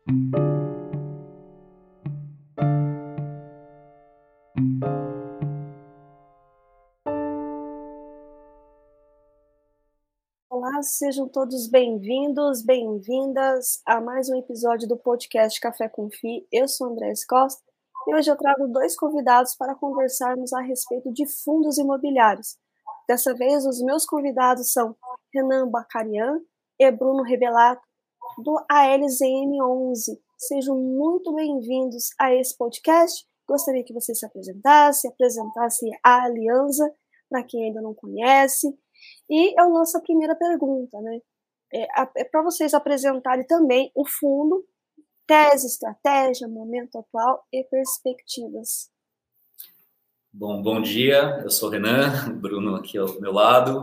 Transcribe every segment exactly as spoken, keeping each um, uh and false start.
Olá, sejam todos bem-vindos, bem-vindas a mais um episódio do podcast Café com F I. Eu sou Andrés Costa e hoje eu trago dois convidados para conversarmos a respeito de fundos imobiliários. Dessa vez, os meus convidados são Renan Bacarian e Bruno Rebelato, do A L Z M onze. Sejam muito bem-vindos a esse podcast. Gostaria que vocês se apresentassem, apresentassem a Alianza, para quem ainda não conhece. E eu lanço a primeira pergunta, né? É, é para vocês apresentarem também o fundo, tese, estratégia, momento atual e perspectivas. Bom, bom dia, eu sou o Renan, o Bruno aqui ao meu lado.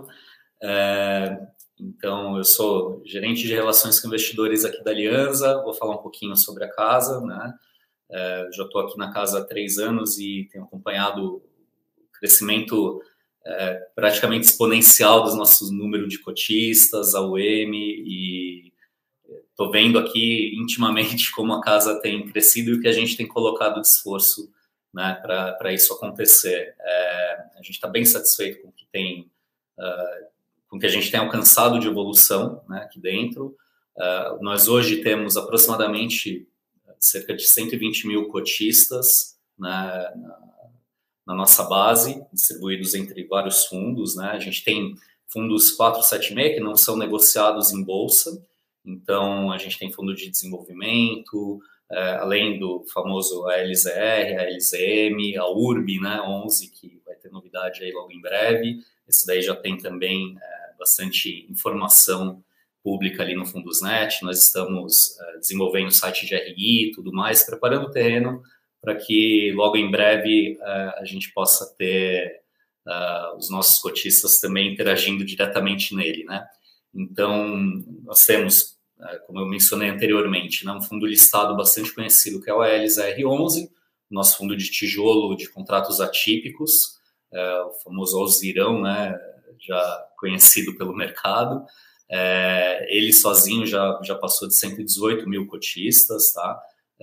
É, então, eu sou gerente de relações com investidores aqui da Alianza, vou falar um pouquinho sobre a casa, né? É, já estou aqui na casa há três anos e tenho acompanhado o crescimento É, praticamente exponencial dos nossos números de cotistas, a U M, e estou vendo aqui intimamente como a casa tem crescido e o que a gente tem colocado de esforço, né, para isso acontecer. É, a gente está bem satisfeito com o que tem, uh, com o que a gente tem alcançado de evolução, né, aqui dentro. Uh, nós hoje temos aproximadamente cerca de cento e vinte mil cotistas, né, na, na nossa base, distribuídos entre vários fundos, né? A gente tem fundos quatro sete seis que não são negociados em bolsa, então a gente tem fundo de desenvolvimento, é, além do famoso A L Z R, a L Z M, a U R B, né, onze, que vai ter novidade aí logo em breve. Esse daí já tem também é, bastante informação pública ali no Fundosnet. Nós estamos é, desenvolvendo o site de R I e tudo mais, preparando o terreno para que logo em breve uh, a gente possa ter uh, os nossos cotistas também interagindo diretamente nele, né? Então, nós temos, uh, como eu mencionei anteriormente, né, um fundo listado bastante conhecido, que é o A L Z R onze, nosso fundo de tijolo de contratos atípicos, uh, o famoso Alzirão, né, já conhecido pelo mercado. Uh, ele sozinho já, já passou de cento e dezoito mil cotistas, tá?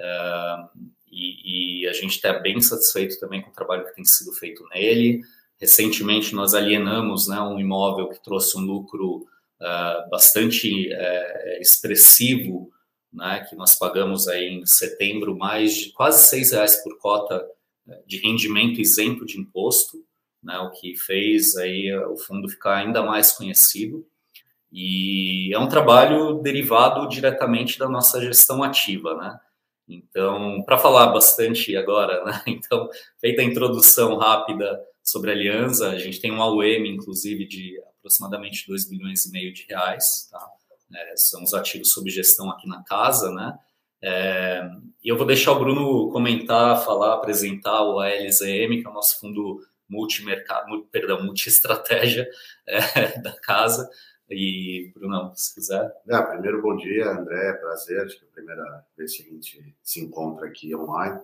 Uh, E, e a gente está bem satisfeito também com o trabalho que tem sido feito nele. Recentemente, nós alienamos, né, um imóvel que trouxe um lucro uh, bastante uh, expressivo, né, que nós pagamos aí em setembro mais de quase seis reais por cota de rendimento isento de imposto, né, o que fez aí o fundo ficar ainda mais conhecido. E é um trabalho derivado diretamente da nossa gestão ativa, né? Então, para falar bastante agora, né? Então, feita a introdução rápida sobre a Alianza, a gente tem um A U M, inclusive, de aproximadamente dois bilhões e meio de reais, tá? É, são os ativos sob gestão aqui na casa, né? É, e eu vou deixar o Bruno comentar, falar, apresentar o A L Z M, que é o nosso fundo multimercado, perdão, multi-estratégia é, da casa. E, Bruno, se quiser. É, primeiro, bom dia, André, prazer, acho que é a primeira vez que a gente se encontra aqui online.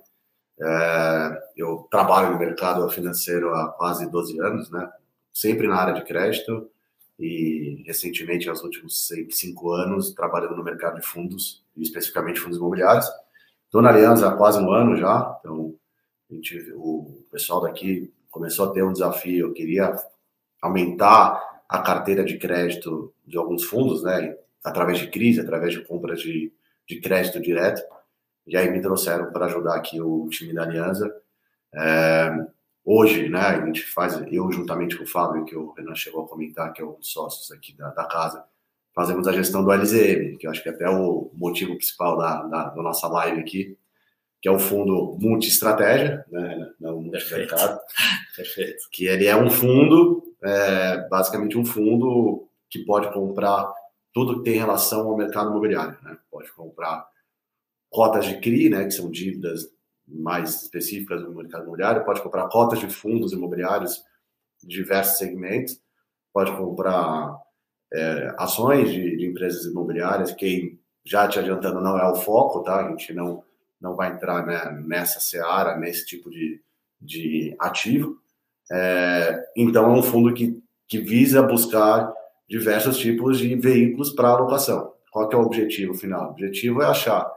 É, eu trabalho no mercado financeiro há quase doze anos, né? Sempre na área de crédito e, recentemente, nos últimos cinco anos, trabalhando no mercado de fundos, especificamente fundos imobiliários. Estou na Alianza há quase um ano já, então a gente, o pessoal daqui começou a ter um desafio, eu queria aumentar a carteira de crédito de alguns fundos, né, através de crise, através de compras de, de crédito direto, e aí me trouxeram para ajudar aqui o time da Alianza. É, hoje, né, a gente faz, eu juntamente com o Fábio, que o Renan chegou a comentar, que é um dos sócios aqui da, da casa, fazemos a gestão do L Z M, que eu acho que é até o motivo principal da, da, da nossa live aqui, que é o fundo multi-estratégia, né, não multi-mercado. Perfeito. Que ele é um fundo, é, basicamente um fundo que pode comprar tudo que tem relação ao mercado imobiliário, né? Pode comprar cotas de C R I, né, que são dívidas mais específicas do mercado imobiliário, pode comprar cotas de fundos imobiliários de diversos segmentos, pode comprar é, ações de, de empresas imobiliárias, que já te adiantando não é o foco, tá? A gente não não vai entrar, né, nessa seara, nesse tipo de, de ativo. É, então, é um fundo que, que visa buscar diversos tipos de veículos para alocação. Qual que é o objetivo final? O objetivo é achar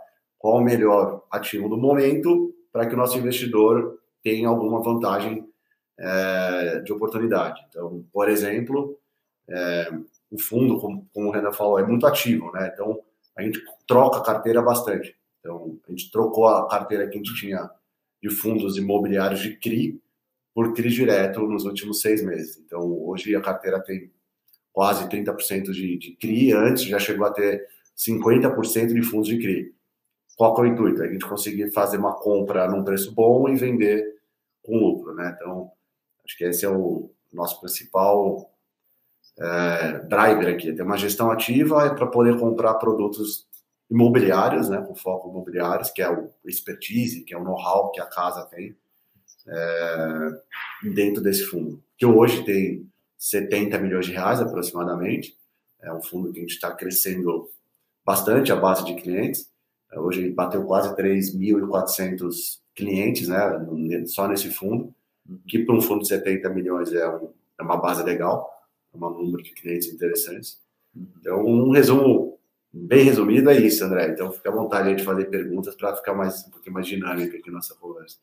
qual o melhor ativo do momento para que o nosso investidor tenha alguma vantagem é, de oportunidade. Então, por exemplo, é, o fundo, como, como o Renan falou, é muito ativo, né? Então, a gente troca a carteira bastante. Então, a gente trocou a carteira que a gente tinha de fundos imobiliários de C R I por C R I direto nos últimos seis meses. Então, hoje a carteira tem quase trinta por cento de, de C R I, antes já chegou a ter cinquenta por cento de fundos de C R I. Qual que é o intuito? A gente conseguir fazer uma compra num preço bom e vender com lucro, né? Então, acho que esse é o nosso principal é, driver aqui. Ter uma gestão ativa é para poder comprar produtos imobiliários, né? Com foco imobiliários, que é o expertise, que é o know-how que a casa tem é, dentro desse fundo. Que hoje tem setenta milhões de reais aproximadamente. É um fundo que a gente está crescendo bastante a base de clientes. Hoje bateu quase três mil e quatrocentos clientes, né, só nesse fundo, que para um fundo de setenta milhões é, um, é uma base legal, é um número de clientes interessantes. Então, um resumo bem resumido é isso, André. Então, fica à vontade de fazer perguntas para ficar mais, um pouquinho mais dinâmica aqui a nossa conversa.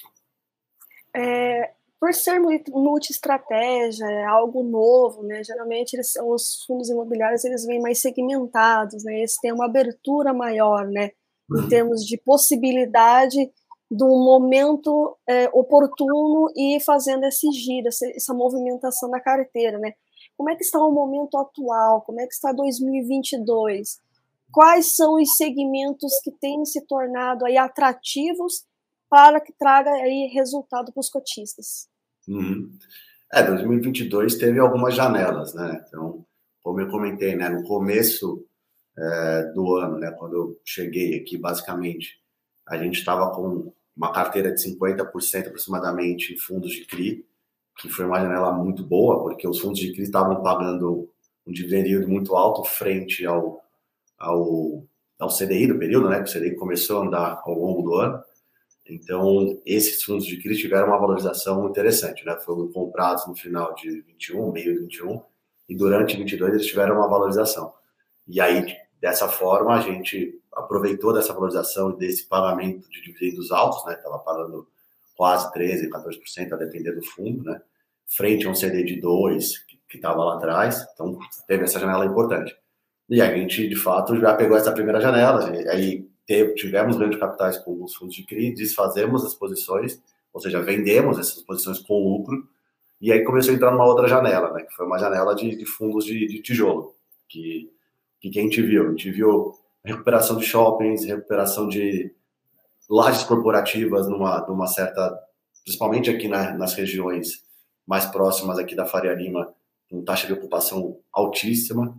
É, por ser multi-estratégia, é algo novo, né? Geralmente eles, os fundos imobiliários eles vêm mais segmentados, né? Eles têm uma abertura maior, né? Em termos de possibilidade de um momento é, oportuno e fazendo esse giro, essa, essa movimentação da carteira, né? Como é que está o momento atual? Como é que está dois mil e vinte e dois? Quais são os segmentos que têm se tornado aí atrativos para que traga aí resultado para os cotistas? Uhum. É, dois mil e vinte e dois teve algumas janelas, né? Então, como eu comentei, né, no começo é, do ano, né, quando eu cheguei aqui, basicamente, a gente estava com uma carteira de cinquenta por cento aproximadamente em fundos de C R I, que foi uma janela muito boa, porque os fundos de C R I estavam pagando um dividendo muito alto frente ao, ao, ao C D I do período, né? Que o C D I começou a andar ao longo do ano. Então, esses fundos de C R I tiveram uma valorização interessante, né? Foram comprados no final de vinte e um, meio de vinte e um, e durante vinte e dois eles tiveram uma valorização. E aí, dessa forma, a gente aproveitou dessa valorização e desse pagamento de dividendos altos, né? Estava pagando quase treze, quatorze por cento, a depender do fundo, né? Frente a um C D de dois que estava lá atrás. Então, teve essa janela importante. E a gente, de fato, já pegou essa primeira janela. Aí teve, tivemos ganho de capitais com os fundos de C R I, desfazemos as posições, ou seja, vendemos essas posições com lucro. E aí começou a entrar numa outra janela, né? Que foi uma janela de, de fundos de, de tijolo. Que, que que a gente viu? A gente viu recuperação de shoppings, recuperação de lajes corporativas numa, numa certa, principalmente aqui na, nas regiões mais próximas aqui da Faria Lima, com taxa de ocupação altíssima,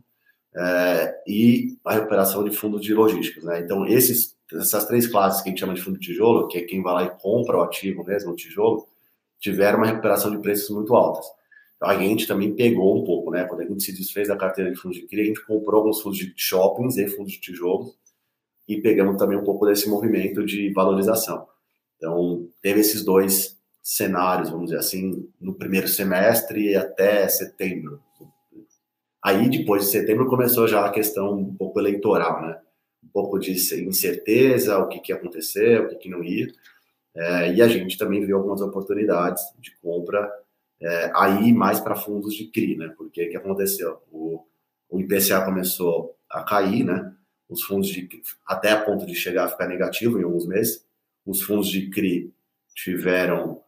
é, e a recuperação de fundos de logísticos, né? Então, esses, essas três classes que a gente chama de fundo de tijolo, que é quem vai lá e compra o ativo mesmo, o tijolo, tiveram uma recuperação de preços muito altas. Então, a gente também pegou um pouco, né? Quando a gente se desfez da carteira de fundos de C R I, a gente comprou alguns fundos de shoppings e fundos de tijolos, e pegamos também um pouco desse movimento de valorização. Então, teve esses dois cenários, vamos dizer assim, no primeiro semestre até setembro. Aí, depois de setembro, começou já a questão um pouco eleitoral, né? Um pouco de incerteza, o que, que ia acontecer, o que, que não ia. É, e a gente também viu algumas oportunidades de compra é, aí mais para fundos de C R I, né? Porque o que aconteceu? O, o I P C A começou a cair, né? Os fundos de até a ponto de chegar a ficar negativo em alguns meses. Os fundos de C R I tiveram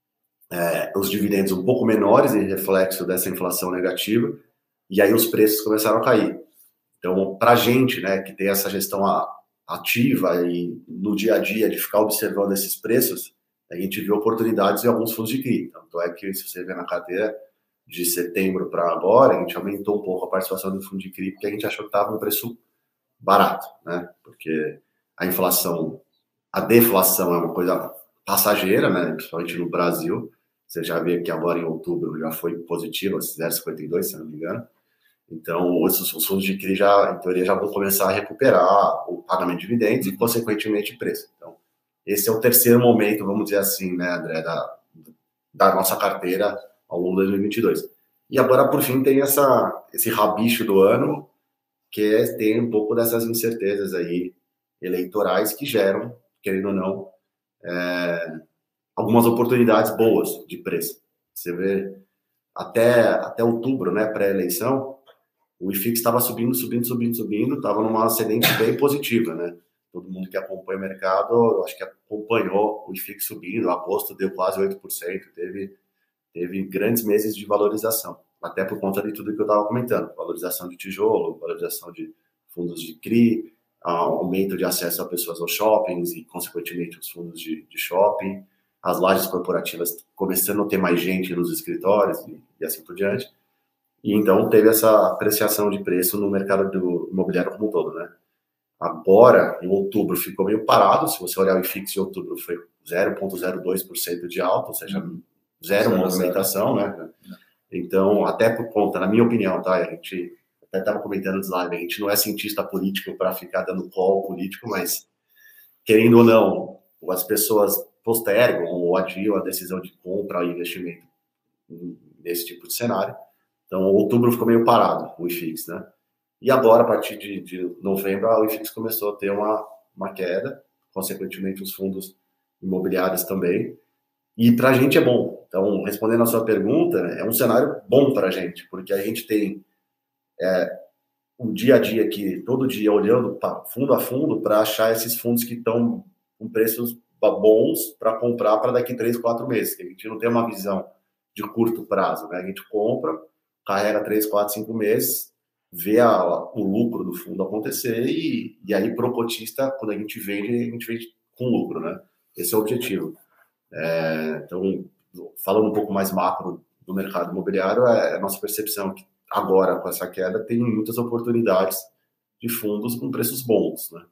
é, os dividendos um pouco menores em reflexo dessa inflação negativa, e aí os preços começaram a cair. Então, para a gente, né, que tem essa gestão ativa e no dia a dia de ficar observando esses preços, a gente viu oportunidades em alguns fundos de C R I. Tanto é que, se você ver na carteira de setembro para agora, a gente aumentou um pouco a participação do fundo de C R I, porque a gente achou que estava um preço barato, né? Porque a inflação, a deflação é uma coisa passageira, né? Principalmente no Brasil. Você já vê que agora em outubro já foi positiva, zero vírgula cinquenta e dois, se não me engano. Então, os, os fundos de C R I, já, em teoria, já vão começar a recuperar o pagamento de dividendos e, consequentemente, preço. Então, esse é o terceiro momento, vamos dizer assim, né, André, da, da nossa carteira ao longo de dois mil e vinte e dois. E agora, por fim, tem essa, esse rabicho do ano, que é ter um pouco dessas incertezas aí eleitorais que geram, querendo ou não, é, algumas oportunidades boas de preço. Você vê, até, até outubro, né, pré-eleição, o I F I X estava subindo, subindo, subindo, subindo, estava numa ascendente bem positiva, né? Todo mundo que acompanha o mercado, eu acho que acompanhou o I F I X subindo, a aposta deu quase oito por cento, teve, teve grandes meses de valorização, até por conta de tudo que eu estava comentando, valorização de tijolo, valorização de fundos de C R I, aumento de acesso a pessoas aos shoppings e, consequentemente, os fundos de, de shopping, as lajes corporativas começando a ter mais gente nos escritórios e, e assim por diante. E então teve essa apreciação de preço no mercado do imobiliário como um todo, né? Agora, em outubro, ficou meio parado. Se você olhar o I F I X em outubro, foi zero vírgula zero dois por cento de alta, ou seja, zero, zero movimentação, zero. Né? Então, até por conta, na minha opinião, tá? A gente até estava comentando no slide, a gente não é cientista político para ficar dando call político, mas, querendo ou não, as pessoas postergam ou adiam a decisão de compra ou investimento nesse tipo de cenário. Então, outubro ficou meio parado, o I F I X, né? E agora, a partir de, de novembro, o I F I X começou a ter uma, uma queda, consequentemente os fundos imobiliários também. E para a gente é bom. Então, respondendo a sua pergunta, é um cenário bom para a gente, porque a gente tem é, um dia a dia aqui, todo dia, olhando pra, fundo a fundo para achar esses fundos que estão com preços bons para comprar para daqui três, quatro meses. A gente não tem uma visão de curto prazo, né? A gente compra, carrega três, quatro, cinco meses, vê a, o lucro do fundo acontecer e, e aí pro cotista, quando a gente vende, a gente vende com lucro, né? Esse é o objetivo. É, então, falando um pouco mais macro do mercado imobiliário, é a nossa percepção que agora, com essa queda, tem muitas oportunidades de fundos com preços bons, né?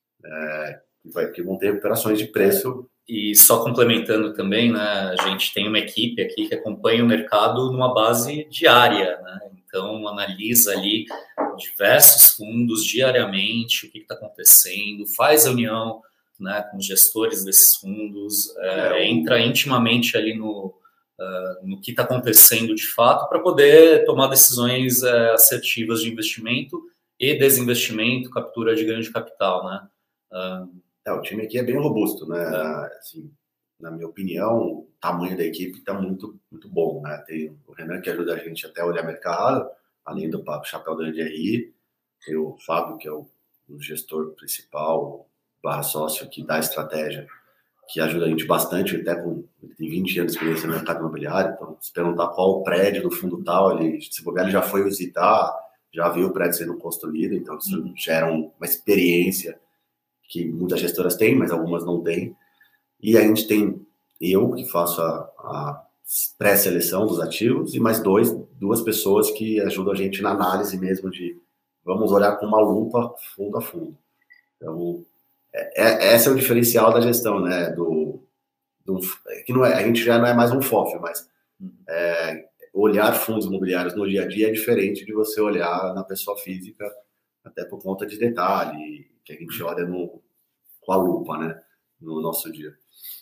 É, que, vai, que vão ter recuperações de preço. E só complementando também, né, a gente tem uma equipe aqui que acompanha o mercado numa base diária, né? Então, analisa ali diversos fundos diariamente, o que está acontecendo, faz reunião, né, com os gestores desses fundos, é, entra intimamente ali no, uh, no que está acontecendo de fato para poder tomar decisões uh, assertivas de investimento e desinvestimento, captura de ganho de capital, né? Uh, é, o time aqui é bem robusto, né? É. Assim, na minha opinião, o tamanho da equipe está muito, muito bom, né? Tem o Renan que ajuda a gente até a olhar mercado, além do chapéu da D R I, tem o Fábio, que é o, o gestor principal, barra sócio que dá estratégia, que ajuda a gente bastante, até com, ele tem vinte anos de experiência no mercado imobiliário, então se perguntar qual o prédio do fundo tal, ele, se bobear, ele já foi visitar, já viu o prédio sendo construído, então isso uhum. gera uma experiência que muitas gestoras têm, mas algumas não têm. E a gente tem eu, que faço a, a pré-seleção dos ativos, e mais dois, duas pessoas que ajudam a gente na análise mesmo de vamos olhar com uma lupa fundo a fundo. Então, é, é, esse é o diferencial da gestão, né? Do, do, que não é, a gente já não é mais um F O F, mas é, olhar fundos imobiliários no dia a dia é diferente de você olhar na pessoa física, até por conta de detalhe, que a gente olha no, com a lupa, né? No nosso dia.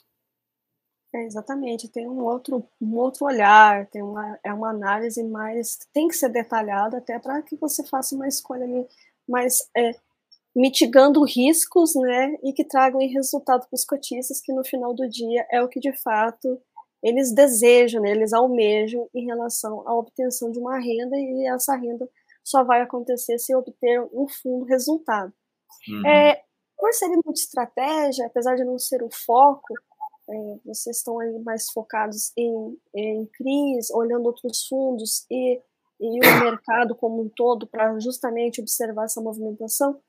É, exatamente, tem um outro, um outro olhar, tem uma, é uma análise mais, tem que ser detalhada até para que você faça uma escolha mais é, mitigando riscos, né, e que tragam resultado para os cotistas, que no final do dia é o que de fato eles desejam, né, eles almejam em relação à obtenção de uma renda, e essa renda só vai acontecer se obter um fundo resultado. Uhum. É, por ser multi-estratégia, apesar de não ser o foco, É, vocês estão aí mais focados em, em C R Is, olhando outros fundos e, e o mercado como um todo para justamente observar essa movimentação.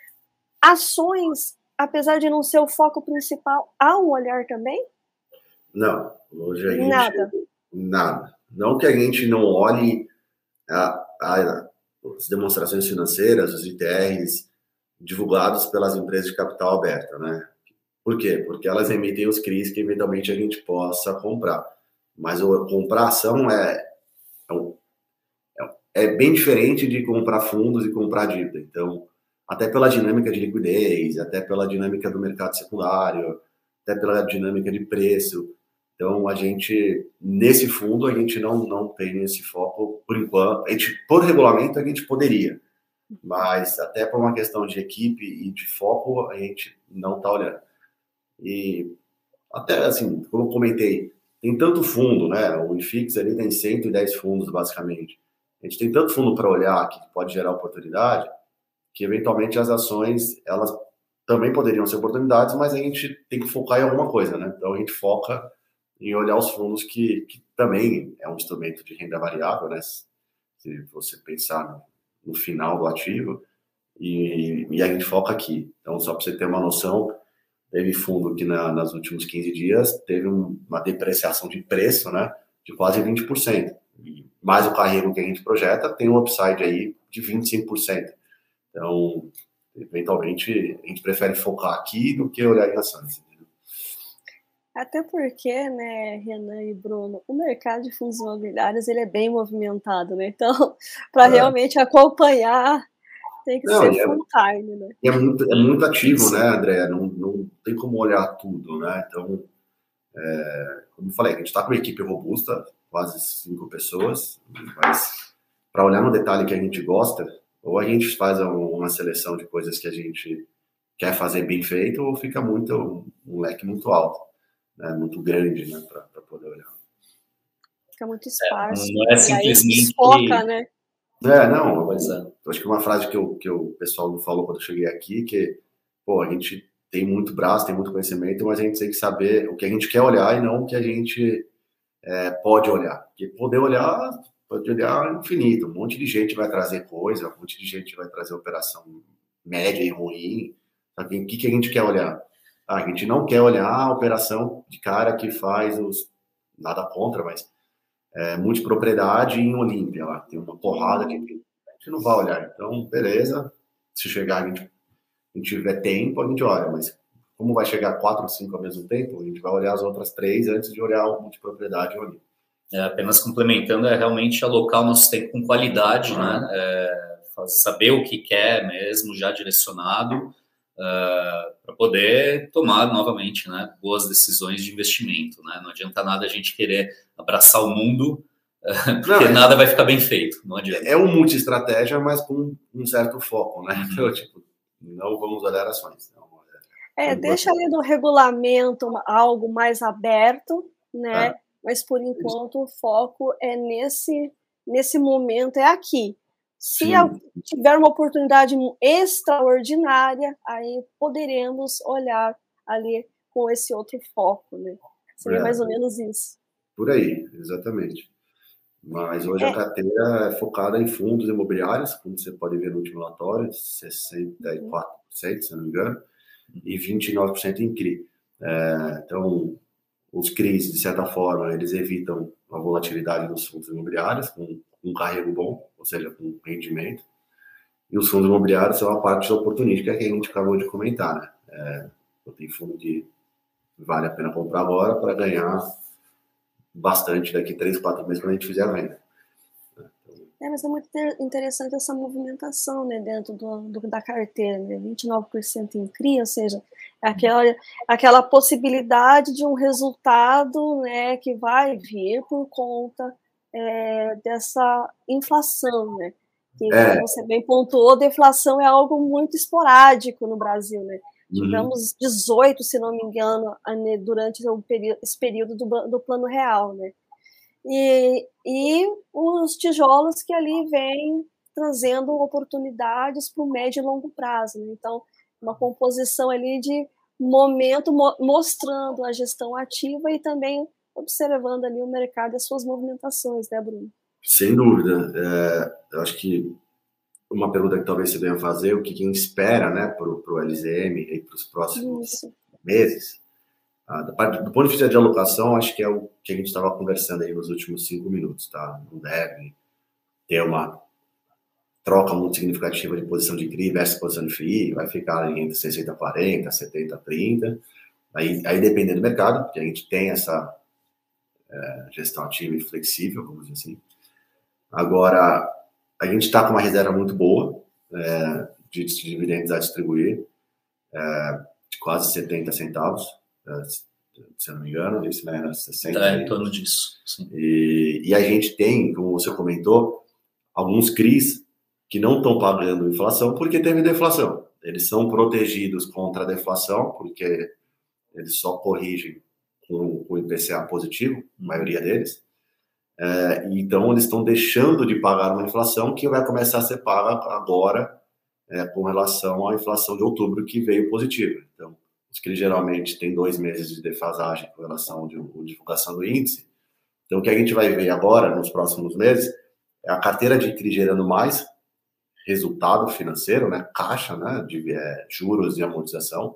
Ações, apesar de não ser o foco principal, há um olhar também? Não, hoje a gente... Nada. Nada. Não que a gente não olhe a, a, as demonstrações financeiras, os I T Rs divulgados pelas empresas de capital aberta, né? Por quê? Porque elas emitem os C R Is que eventualmente a gente possa comprar. Mas o, comprar ação é, é, é bem diferente de comprar fundos e comprar dívida. Então, até pela dinâmica de liquidez, até pela dinâmica do mercado secundário, até pela dinâmica de preço. Então, a gente, nesse fundo, a gente não, não tem esse foco por enquanto. A gente, por regulamento, a gente poderia. mas até por uma questão de equipe e de foco, a gente não está olhando. E até assim, como eu comentei, tem tanto fundo, né? O I F I X ali tem cento e dez fundos, basicamente. A gente tem tanto fundo para olhar que pode gerar oportunidade, que eventualmente as ações, elas também poderiam ser oportunidades, mas a gente tem que focar em alguma coisa, né? Então a gente foca em olhar os fundos que, que também é um instrumento de renda variável, né? Se você pensar no, no final do ativo, e, e a gente foca aqui. Então, só para você ter uma noção, teve fundo que na, nos últimos quinze dias teve um, uma depreciação de preço, né, de quase vinte por cento. E mais o carrego que a gente projeta tem um upside aí de vinte e cinco por cento. Então, eventualmente, a gente prefere focar aqui do que olhar em ações. Até porque, né, Renan e Bruno, o mercado de fundos imobiliários ele é bem movimentado, né? Então, para é. realmente acompanhar, tem que não, ser full é, time, né? E é muito, é muito ativo, né, André? Não, não tem como olhar tudo, né? Então, é, como eu falei, a gente está com uma equipe robusta, quase cinco pessoas, mas para olhar no detalhe que a gente gosta, ou a gente faz uma seleção de coisas que a gente quer fazer bem feito, ou fica muito um leque muito alto, né? Muito grande, né, para poder olhar. Fica muito esparso. É, não é simplesmente... desfoca, né? É, não, pois é. Acho que uma frase que, eu, que eu, o pessoal me falou quando eu cheguei aqui, que, pô, a gente tem muito braço, tem muito conhecimento, mas a gente tem que saber o que a gente quer olhar e não o que a gente é, pode olhar. Porque poder olhar, pode olhar infinito. Um monte de gente vai trazer coisa, um monte de gente vai trazer operação média e ruim. O que, que a gente quer olhar? Ah, a gente não quer olhar a operação de cara que faz os... Nada contra, mas... É, multipropriedade em Olímpia, lá tem uma porrada que a gente não vai olhar. Então, beleza, se chegar, a gente, a gente tiver tempo, a gente olha, mas como vai chegar quatro ou cinco ao mesmo tempo, a gente vai olhar as outras três antes de olhar a multipropriedade em Olímpia. É, apenas complementando, é realmente alocar o nosso tempo com qualidade, uhum. né? É, saber o que quer mesmo, já direcionado, Uh, para poder tomar novamente, né, boas decisões de investimento, né? Não adianta nada a gente querer abraçar o mundo, uh, porque não, nada é, vai ficar bem feito. Não adianta. É um multi-estratégia, mas com um certo foco, né? Uhum. Então, tipo, não vamos olhar ações. Não, é, é deixa ali no regulamento algo mais aberto, né? É. Mas por enquanto o foco é nesse nesse momento, é aqui. Se Sim. tiver uma oportunidade extraordinária, aí poderemos olhar ali com esse outro foco, né? Seria é. mais ou menos isso. Por aí, exatamente. Mas hoje é. a carteira é focada em fundos imobiliários, como você pode ver no último relatório, sessenta e quatro por cento, se não me engano, e vinte e nove por cento em C R I. É, então, os C R Is, de certa forma, eles evitam a volatilidade dos fundos imobiliários, com um carrego bom, ou seja, com rendimento. E os fundos imobiliários são a parte oportunística que a gente acabou de comentar, né? É, tem fundo que vale a pena comprar agora para ganhar bastante daqui a três, quatro meses quando a gente fizer a venda. É, mas é muito interessante essa movimentação, né, dentro do, do, da carteira, né? vinte e nove por cento em C R I, ou seja, aquela, aquela possibilidade de um resultado, né, que vai vir por conta é, dessa inflação, né? Que, é. como você bem pontuou, a deflação é algo muito esporádico no Brasil, né? Uhum. Tivemos dezoito, se não me engano, durante o período, esse período do, do Plano Real, né? E, e os tijolos que ali vêm trazendo oportunidades para o médio e longo prazo, né? Então, uma composição ali de momento mo mostrando a gestão ativa e também observando ali o mercado e as suas movimentações, né, Bruno? Sem dúvida. É, eu acho que uma pergunta que talvez você venha fazer, o que quem espera, né, para o L Z M e para os próximos Isso. meses, ah, do ponto de vista de alocação, acho que é o que a gente estava conversando aí nos últimos cinco minutos, tá? Não deve ter uma troca muito significativa de posição de C R I versus posição de F I I, vai ficar entre sessenta a quarenta, setenta a trinta, aí, aí dependendo do mercado, porque a gente tem essa é, gestão ativa e flexível, vamos dizer assim. Agora, a gente está com uma reserva muito boa é, de, de dividendos a distribuir, é, de quase setenta centavos, é, se eu não me engano, isso né, sessenta. Está em torno disso. Sim. E, e a gente tem, como você comentou, alguns C R Is que não estão pagando inflação porque teve deflação. Eles são protegidos contra a deflação porque eles só corrigem com o I P C A positivo, a maioria deles. É, então, eles estão deixando de pagar uma inflação que vai começar a ser paga agora é, com relação à inflação de outubro, que veio positiva. Então, os que geralmente têm dois meses de defasagem com relação à divulgação do índice. Então, o que a gente vai ver agora, nos próximos meses, é a carteira de C R I gerando mais resultado financeiro, né, caixa, né, de é, juros e amortização.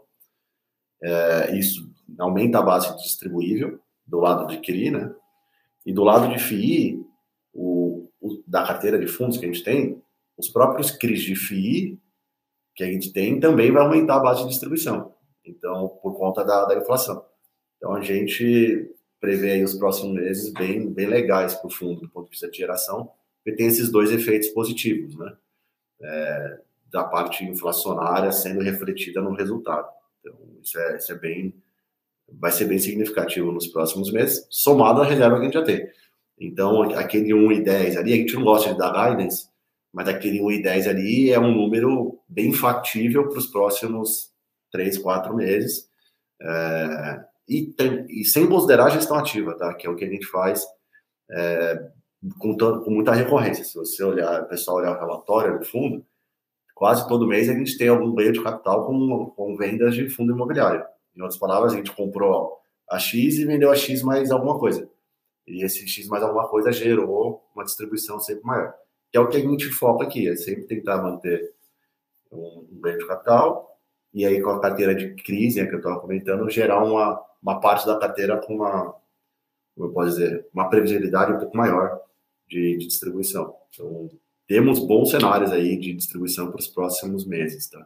É, isso aumenta a base distribuível do lado de C R I, né? E do lado de F I, o, o, da carteira de fundos que a gente tem, os próprios C R Is de F I que a gente tem também vai aumentar a base de distribuição. Então, por conta da, da inflação. Então, a gente prevê aí os próximos meses bem, bem legais para o fundo, do ponto de vista de geração, porque tem esses dois efeitos positivos, né? É, da parte inflacionária sendo refletida no resultado. Então, isso é, isso é bem... vai ser bem significativo nos próximos meses, somado à reserva que a gente já tem. Então, aquele um e dez ali, a gente não gosta de dar guidance, mas aquele um e dez ali é um número bem factível para os próximos três, quatro meses, é, e, tem, e sem considerar a gestão ativa, tá? Que é o que a gente faz é, com, com muita recorrência. Se você olhar, o pessoal olhar o relatório do fundo, quase todo mês a gente tem algum ganho de capital com, com vendas de fundo imobiliário. Em outras palavras, a gente comprou a X e vendeu a X mais alguma coisa. E esse X mais alguma coisa gerou uma distribuição sempre maior. Que é o que a gente foca aqui, é sempre tentar manter um, um ganho de capital, e aí com a carteira de crise, né, que eu estava comentando, gerar uma, uma parte da carteira com uma, como eu posso dizer, uma previsibilidade um pouco maior de, de distribuição. Então, temos bons cenários aí de distribuição para os próximos meses, tá?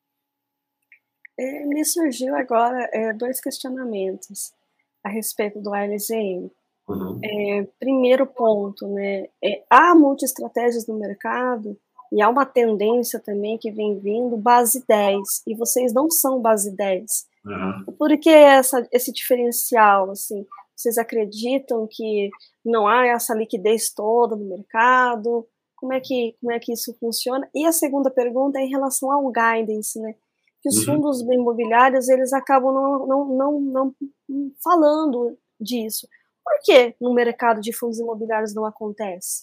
É, me surgiu agora é, dois questionamentos a respeito do A L Z M. Uhum. É, primeiro ponto, né, é, há multi-estratégias no mercado e há uma tendência também que vem vindo base dez, e vocês não são base dez. Uhum. Por que essa, esse diferencial? Assim, vocês acreditam que não há essa liquidez toda no mercado? Como é que, como é que isso funciona? E a segunda pergunta é em relação ao guidance, né? Que os Uhum. fundos imobiliários, eles acabam não, não, não, não falando disso. Por que no mercado de fundos imobiliários não acontece?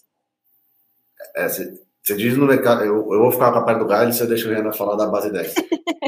É, você diz no mercado, eu, eu vou ficar com a parte do guidance e você deixa o Renan falar da base dez.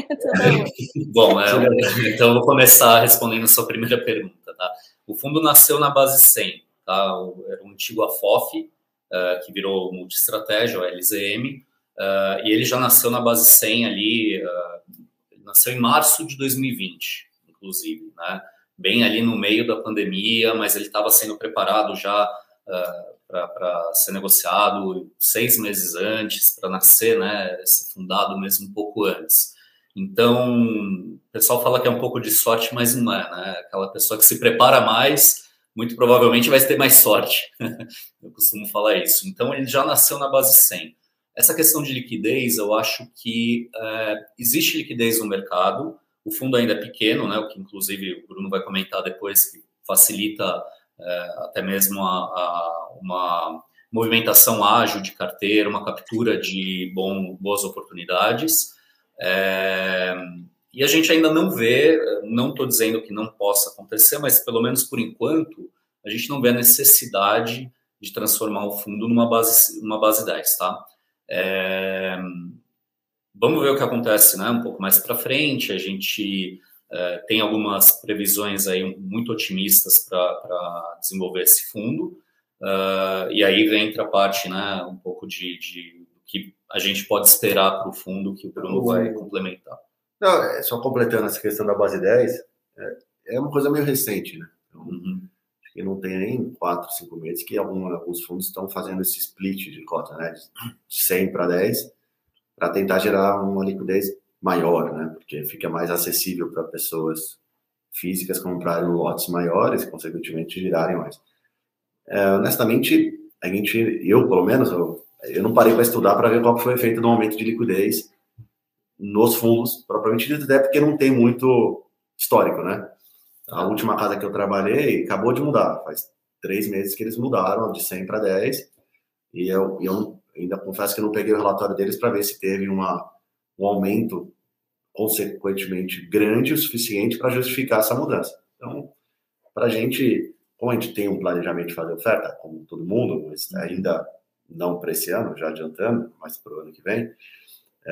Bom, é, então eu vou começar respondendo a sua primeira pergunta, tá? O fundo nasceu na base cem, tá? Era um antigo A F O F, uh, que virou multi-estratégia, o L Z M, uh, e ele já nasceu na base cem ali, uh, nasceu em março de dois mil e vinte, inclusive, né? Bem ali no meio da pandemia, mas ele estava sendo preparado já uh, para ser negociado seis meses antes, para nascer, né? Ser fundado mesmo um pouco antes. Então, o pessoal fala que é um pouco de sorte, mas não é, né? Aquela pessoa que se prepara mais, muito provavelmente vai ter mais sorte. Eu costumo falar isso. Então, ele já nasceu na base cem. Essa questão de liquidez, eu acho que é, existe liquidez no mercado. O fundo ainda é pequeno, né? O que, inclusive, o Bruno vai comentar depois, que facilita é, até mesmo a, a, uma movimentação ágil de carteira, uma captura de bom, boas oportunidades. É, e a gente ainda não vê, não estou dizendo que não possa acontecer, mas pelo menos por enquanto, a gente não vê a necessidade de transformar o fundo numa base, numa base dez, tá? É, vamos ver o que acontece, né? Um pouco mais para frente, a gente é, tem algumas previsões aí muito otimistas para desenvolver esse fundo, uh, e aí entra a parte, né, um pouco de, de que a gente pode esperar para o fundo, que o Bruno vai complementar. Não, é, só completando essa questão da base dez, é, é uma coisa meio recente, né? Então, uhum. Acho que não tem nem quatro, cinco meses que algum, alguns fundos estão fazendo esse split de cota, né? De cem para dez, para tentar gerar uma liquidez maior, né? Porque fica mais acessível para pessoas físicas comprarem lotes maiores e, consequentemente, girarem mais. É, honestamente, a gente, eu, pelo menos, eu, eu não parei para estudar para ver qual foi o efeito do aumento de liquidez nos fundos, propriamente dito, até porque não tem muito histórico, né? A última casa que eu trabalhei acabou de mudar, faz três meses que eles mudaram de cem para dez, e eu, eu, ainda confesso que eu não peguei o relatório deles para ver se teve uma, um aumento consequentemente grande o suficiente para justificar essa mudança. Então, para a gente, como a gente tem um planejamento de fazer oferta, como todo mundo, mas ainda não para esse ano, já adiantando, mas para o ano que vem, é,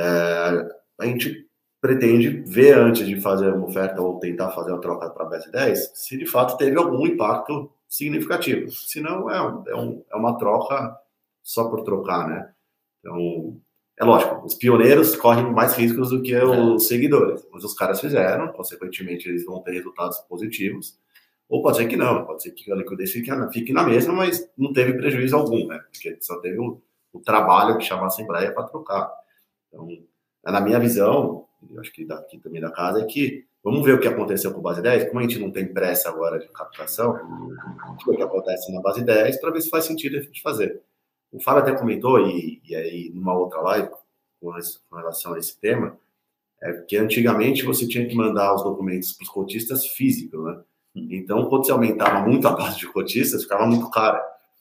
a gente pretende ver antes de fazer uma oferta ou tentar fazer uma troca para a B S dez, se de fato teve algum impacto significativo. Senão é, um, é, um, é uma troca só por trocar, né? Então, é lógico, os pioneiros correm mais riscos do que os é. seguidores. Mas os caras fizeram, consequentemente eles vão ter resultados positivos. Ou pode ser que não, pode ser que a liquidez fique, fique na mesma, mas não teve prejuízo algum, né? Porque só teve o, o trabalho que chama a Assembleia para trocar. Então, na minha visão, eu acho que daqui também da casa, é que vamos ver o que aconteceu com a base dez. Como a gente não tem pressa agora de captação, vamos ver o que acontece na base dez para ver se faz sentido a gente fazer. O Fábio até comentou, e, e aí numa outra live, com, esse, com relação a esse tema, é que antigamente você tinha que mandar os documentos para os cotistas físicos, né? Então, quando você aumentava muito a base de cotistas, ficava muito cara.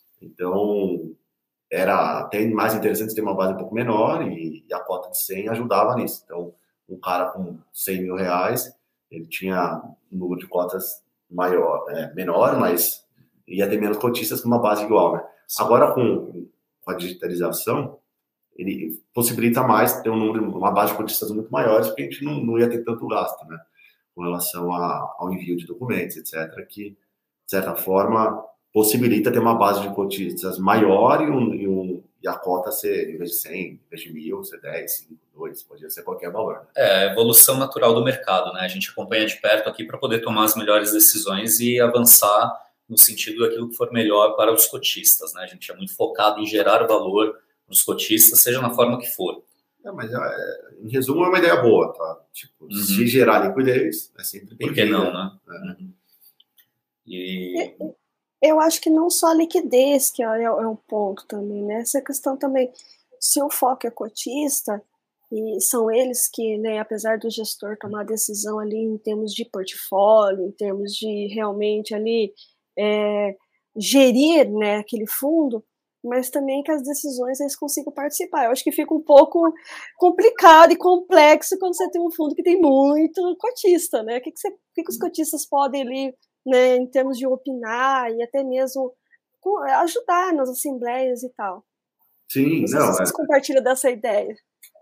Então, era até mais interessante ter uma base um pouco menor e, e a cota de cem ajudava nisso. Então, um cara com cem mil reais, ele tinha um número de cotas maior, é, menor, mas ia ter menos cotistas com uma base igual, né? Agora, com, com a digitalização, ele possibilita mais ter um número, uma base de cotistas muito maiores, porque a gente não, não ia ter tanto gasto, né? Com relação a, ao envio de documentos, etcétera, que, de certa forma, possibilita ter uma base de cotistas maior e, um, e, um, e a cota ser, em vez de cem, em vez de mil, ser dez, cinco, dois, podia ser qualquer valor. Né? É a evolução natural do mercado, né? A gente acompanha de perto aqui para poder tomar as melhores decisões e avançar no sentido daquilo que for melhor para os cotistas, né? A gente é muito focado em gerar valor para os cotistas, seja na forma que for. É, mas é, em resumo é uma ideia boa, tá? Tipo, uhum. Se gerar liquidez, é sempre bem-vindo. Por que não, né? É. Uhum. E... Eu acho que não só a liquidez que é, é um ponto também, né? Essa questão também, se o foco é cotista, e são eles que, né, apesar do gestor tomar decisão ali em termos de portfólio, em termos de realmente ali é, gerir, né, aquele fundo, mas também que as decisões eles consigam participar. Eu acho que fica um pouco complicado e complexo quando você tem um fundo que tem muito cotista, né? O que, que, você, o que, que os cotistas podem ali, né, em termos de opinar e até mesmo ajudar nas assembleias e tal. Sim, não sei não. Se vocês é... compartilham dessa ideia.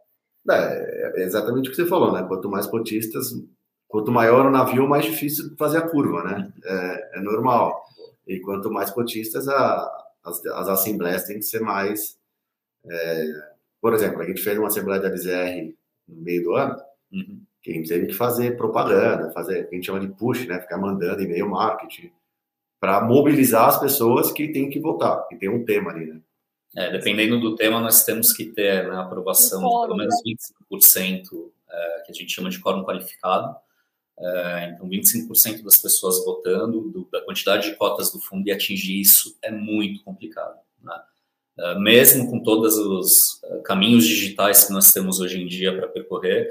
É, é exatamente o que você falou, né? Quanto mais cotistas, quanto maior o navio, mais difícil fazer a curva, né? É, é normal. E quanto mais cotistas, a As, as assembleias têm que ser mais... É, por exemplo, a gente fez uma assembleia da L Z R no meio do ano, uhum. que a gente teve que fazer propaganda, fazer o que a gente chama de push, né? Ficar mandando e-mail marketing, para mobilizar as pessoas que têm que votar, que tem um tema ali, né? É, dependendo do tema, nós temos que ter na aprovação de pelo menos vinte e cinco por cento, é, que a gente chama de quórum qualificado. É, então, vinte e cinco por cento das pessoas votando, do, da quantidade de cotas do fundo, e atingir isso é muito complicado, né? É, mesmo com todos os uh, caminhos digitais que nós temos hoje em dia para percorrer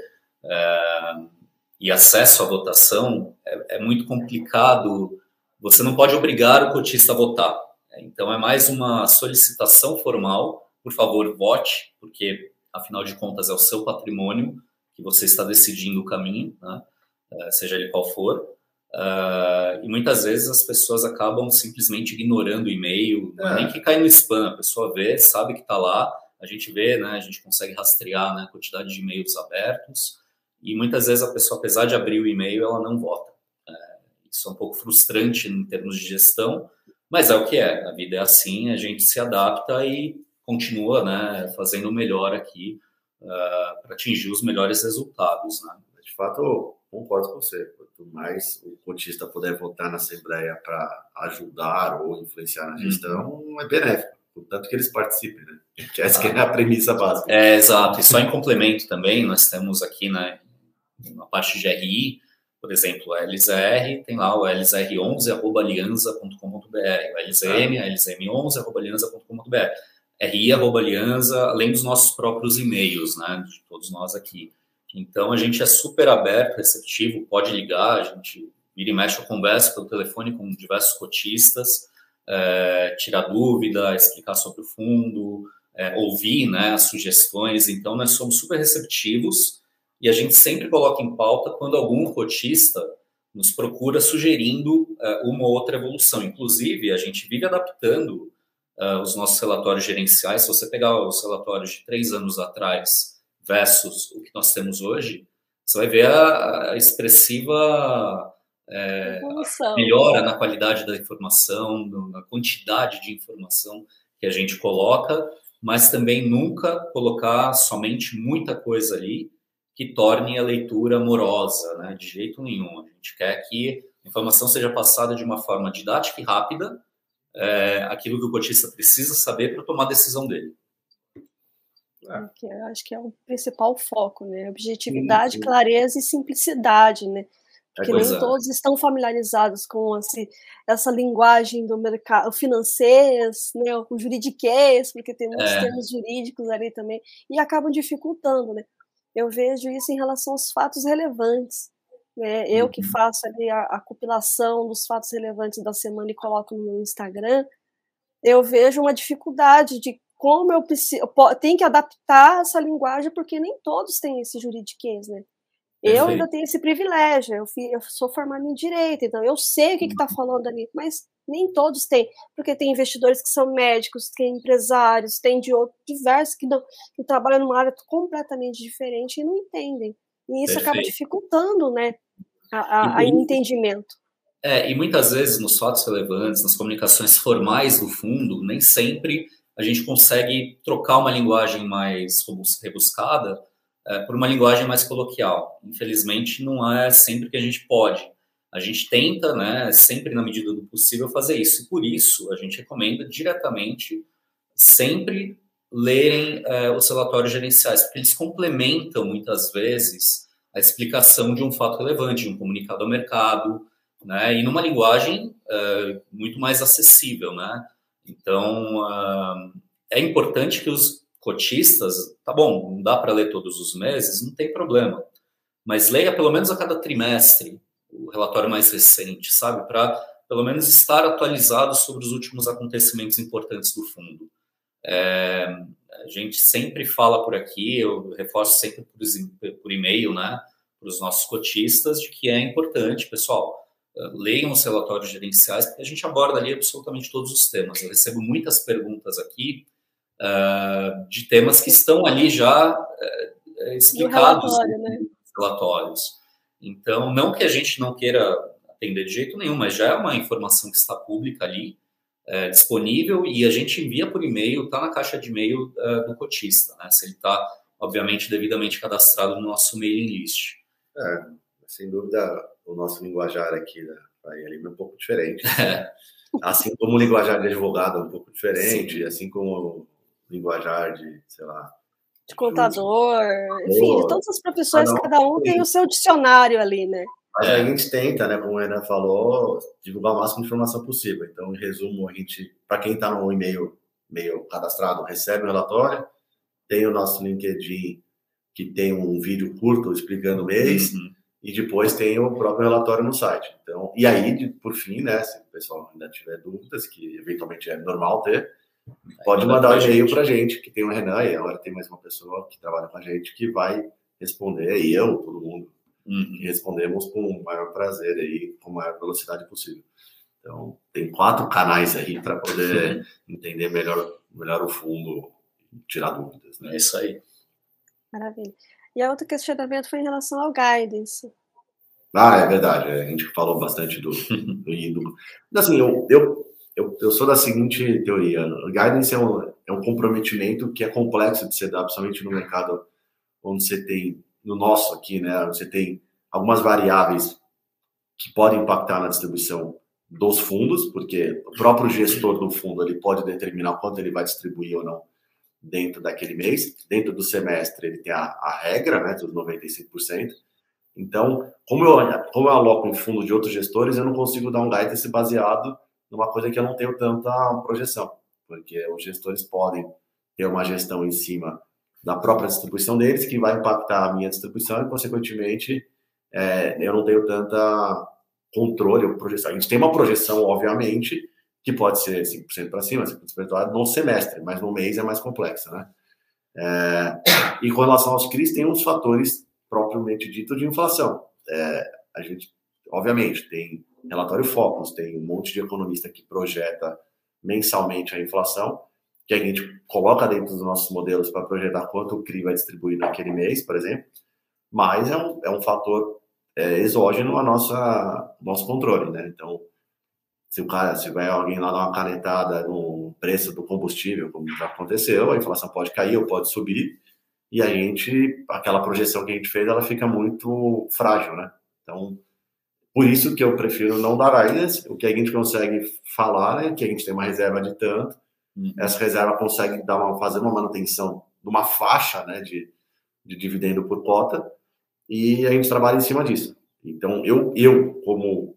é, e acesso à votação, é, é muito complicado. Você não pode obrigar o cotista a votar. Então, é mais uma solicitação formal, por favor, vote, porque, afinal de contas, é o seu patrimônio que você está decidindo o caminho, né? Seja ele qual for, uh, e muitas vezes as pessoas acabam simplesmente ignorando o e-mail, não é nem que cai no spam, a pessoa vê, sabe que está lá, a gente vê, né, a gente consegue rastrear, né, a quantidade de e-mails abertos, e muitas vezes a pessoa, apesar de abrir o e-mail, ela não vota. É, isso é um pouco frustrante em termos de gestão, mas é o que é, a vida é assim, a gente se adapta e continua, né, fazendo o melhor aqui uh, para atingir os melhores resultados, né. De fato, concordo com você. Quanto mais o cotista puder votar na Assembleia para ajudar ou influenciar na gestão, uhum. é benéfico, portanto que eles participem, né? Que essa ah, que é a premissa básica. É, exato. E só em complemento também, nós temos aqui, né, na parte de R I, por exemplo, a L Z R tem lá o L Z R onze arroba alianza ponto com ponto b r, o L Z M, a L Z M onze arroba alianza ponto com ponto b r, R I arroba alianza, além dos nossos próprios e-mails, né, de todos nós aqui. Então, a gente é super aberto, receptivo, pode ligar, a gente vira e mexe, eu converso pelo telefone com diversos cotistas, é, tirar dúvida, explicar sobre o fundo, é, ouvir, né, as sugestões. Então, nós somos super receptivos e a gente sempre coloca em pauta quando algum cotista nos procura sugerindo uh, uma ou outra evolução. Inclusive, a gente vive adaptando uh, os nossos relatórios gerenciais. Se você pegar os relatórios de três anos atrás versus o que nós temos hoje, você vai ver a, a expressiva é, a melhora na qualidade da informação, na quantidade de informação que a gente coloca, mas também nunca colocar somente muita coisa ali que torne a leitura morosa, né? De jeito nenhum. A gente quer que a informação seja passada de uma forma didática e rápida, é, aquilo que o cotista precisa saber para tomar a decisão dele. É. Que eu acho que é o principal foco, né? Objetividade, sim, sim. Clareza e simplicidade, né? Porque é, nem é. todos estão familiarizados com esse, essa linguagem do mercado financeiro, né? O juridiquês, porque tem muitos é. termos jurídicos ali também, e acabam dificultando, né? Eu vejo isso em relação aos fatos relevantes. Né? Eu que faço ali a, a compilação dos fatos relevantes da semana e coloco no meu Instagram, eu vejo uma dificuldade de como eu preciso, eu tenho que adaptar essa linguagem, porque nem todos têm esse juridiquês, né? Eu ainda tenho esse privilégio, eu, fui, eu sou formada em Direito, então eu sei o que está falando ali, mas nem todos têm, porque tem investidores que são médicos, tem empresários, tem de outros, diversos que, não, que trabalham numa área completamente diferente e não entendem. E isso Perfeito. acaba dificultando, né, a, a, a entendimento. É, e muitas vezes nos fatos relevantes, nas comunicações formais do fundo, nem sempre a gente consegue trocar uma linguagem mais rebuscada é, por uma linguagem mais coloquial. Infelizmente, não é sempre que a gente pode. A gente tenta, né, sempre na medida do possível, fazer isso. E por isso, a gente recomenda diretamente sempre lerem é, os relatórios gerenciais, porque eles complementam, muitas vezes, a explicação de um fato relevante, de um comunicado ao mercado, né, e numa linguagem é, muito mais acessível, né? Então, uh, é importante que os cotistas, tá bom, não dá para ler todos os meses, não tem problema, mas leia pelo menos a cada trimestre o relatório mais recente, sabe? Para, pelo menos, estar atualizado sobre os últimos acontecimentos importantes do fundo. É, a gente sempre fala por aqui, eu reforço sempre por, por e-mail, né, para os nossos cotistas, de que é importante, pessoal, leiam os relatórios gerenciais, porque a gente aborda ali absolutamente todos os temas. Eu recebo muitas perguntas aqui uh, de temas que estão ali já uh, explicados relatório, né? nos relatórios. Então, não que a gente não queira atender de jeito nenhum, mas já é uma informação que está pública ali, é, disponível, e a gente envia por e-mail, está na caixa de e-mail uh, do cotista, né? Se ele está, obviamente, devidamente cadastrado no nosso mailing list. É, sem dúvida, o nosso linguajar aqui da Faria Lima é um pouco diferente. É. Assim como o linguajar de advogado é um pouco diferente, Sim. assim como o linguajar de, sei lá... De contador, enfim, de todas as profissões, ah, cada um tem o seu dicionário ali, né? Mas a gente tenta, né, como a Ana falou, divulgar o máximo de informação possível. Então, em resumo, a gente, para quem está no e-mail meio cadastrado, recebe o relatório, tem o nosso LinkedIn, que tem um vídeo curto explicando o mês, uhum. e depois tem o próprio relatório no site. Então, e aí, por fim, né, se o pessoal ainda tiver dúvidas, que eventualmente é normal ter, pode mandar um e-mail para a gente, que tem o Renan, e agora tem mais uma pessoa que trabalha com a gente, que vai responder, e eu, todo mundo, uhum. que respondemos com o maior prazer aí, com a maior velocidade possível. Então, tem quatro canais aí para poder uhum. entender melhor, melhor o fundo, tirar dúvidas. Né? É isso aí. Maravilha. E a outro questionamento foi em relação ao guidance. Ah, é verdade. A gente falou bastante do, do ídolo. Assim, eu, eu, eu, eu sou da seguinte teoria. O guidance é um, é um comprometimento que é complexo de ser dado, principalmente no mercado onde você tem, no nosso aqui, né? Você tem algumas variáveis que podem impactar na distribuição dos fundos, porque o próprio gestor do fundo ele pode determinar quanto ele vai distribuir ou não dentro daquele mês. Dentro do semestre ele tem a, a regra, né, dos noventa e cinco por cento. Então, como eu, como eu aloco em fundo de outros gestores, eu não consigo dar um guidance baseado numa coisa que eu não tenho tanta projeção, porque os gestores podem ter uma gestão em cima da própria distribuição deles, que vai impactar a minha distribuição e, consequentemente, é, eu não tenho tanta controle ou projeção. A gente tem uma projeção, obviamente, que pode ser cinco por cento para cima, cinco por cento para no semestre, mas no mês é mais complexa, né? É, e com relação aos C R Is, tem uns fatores propriamente dito de inflação. É, a gente, obviamente, tem relatório Focus, tem um monte de economista que projeta mensalmente a inflação, que a gente coloca dentro dos nossos modelos para projetar quanto o C R I vai distribuir naquele mês, por exemplo, mas é um, é um fator é, exógeno ao nossa, nosso controle, né? Então, se o cara, se vai alguém lá dar uma canetada no preço do combustível, como já aconteceu, a inflação pode cair ou pode subir, e a gente, aquela projeção que a gente fez, ela fica muito frágil, né? Então, por isso que eu prefiro não dar guidance. O que a gente consegue falar é que a gente tem uma reserva de tanto, uhum. Essa reserva consegue dar uma, fazer uma manutenção de uma faixa, né, de, de dividendo por cota, e a gente trabalha em cima disso. Então, eu, eu como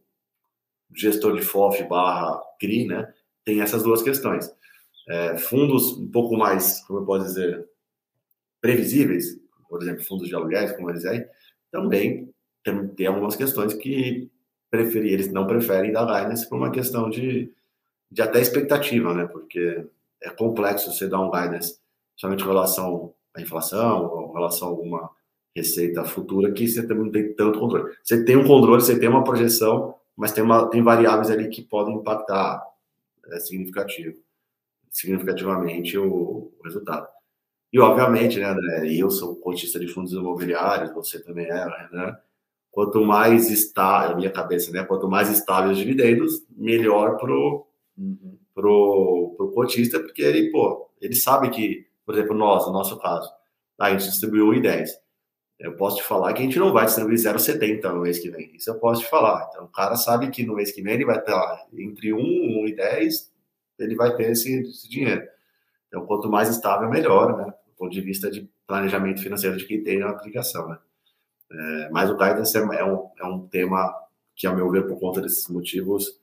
gestor de F O F barra C R I, né, tem essas duas questões. É, fundos um pouco mais, como eu posso dizer, previsíveis, por exemplo, fundos de aluguéis, como eles aí, também tem, tem algumas questões que preferir, eles não preferem dar guidance por uma questão de, de até expectativa, né, porque é complexo você dar um guidance, somente em relação à inflação, ou em relação a alguma receita futura, que você também não tem tanto controle. Você tem um controle, você tem uma projeção, mas tem, uma, tem variáveis ali que podem impactar é, significativo, significativamente o, o resultado. E, obviamente, né, André, eu sou cotista de fundos imobiliários, você também é, né? Quanto mais estável, a minha cabeça, né? Quanto mais estável os dividendos, melhor pro, uhum. pro, pro cotista, porque ele, pô, ele sabe que, por exemplo, nós, no nosso caso, a gente distribuiu um e dez. Eu posso te falar que a gente não vai distribuir zero vírgula setenta no mês que vem. Isso eu posso te falar. Então, o cara sabe que no mês que vem ele vai ter lá, entre um, um e dez, ele vai ter esse, esse dinheiro. Então, quanto mais estável, melhor, né? Do ponto de vista de planejamento financeiro de quem tem a aplicação, né? É, mas o guidance é, é, um, é um tema que, a meu ver, por conta desses motivos,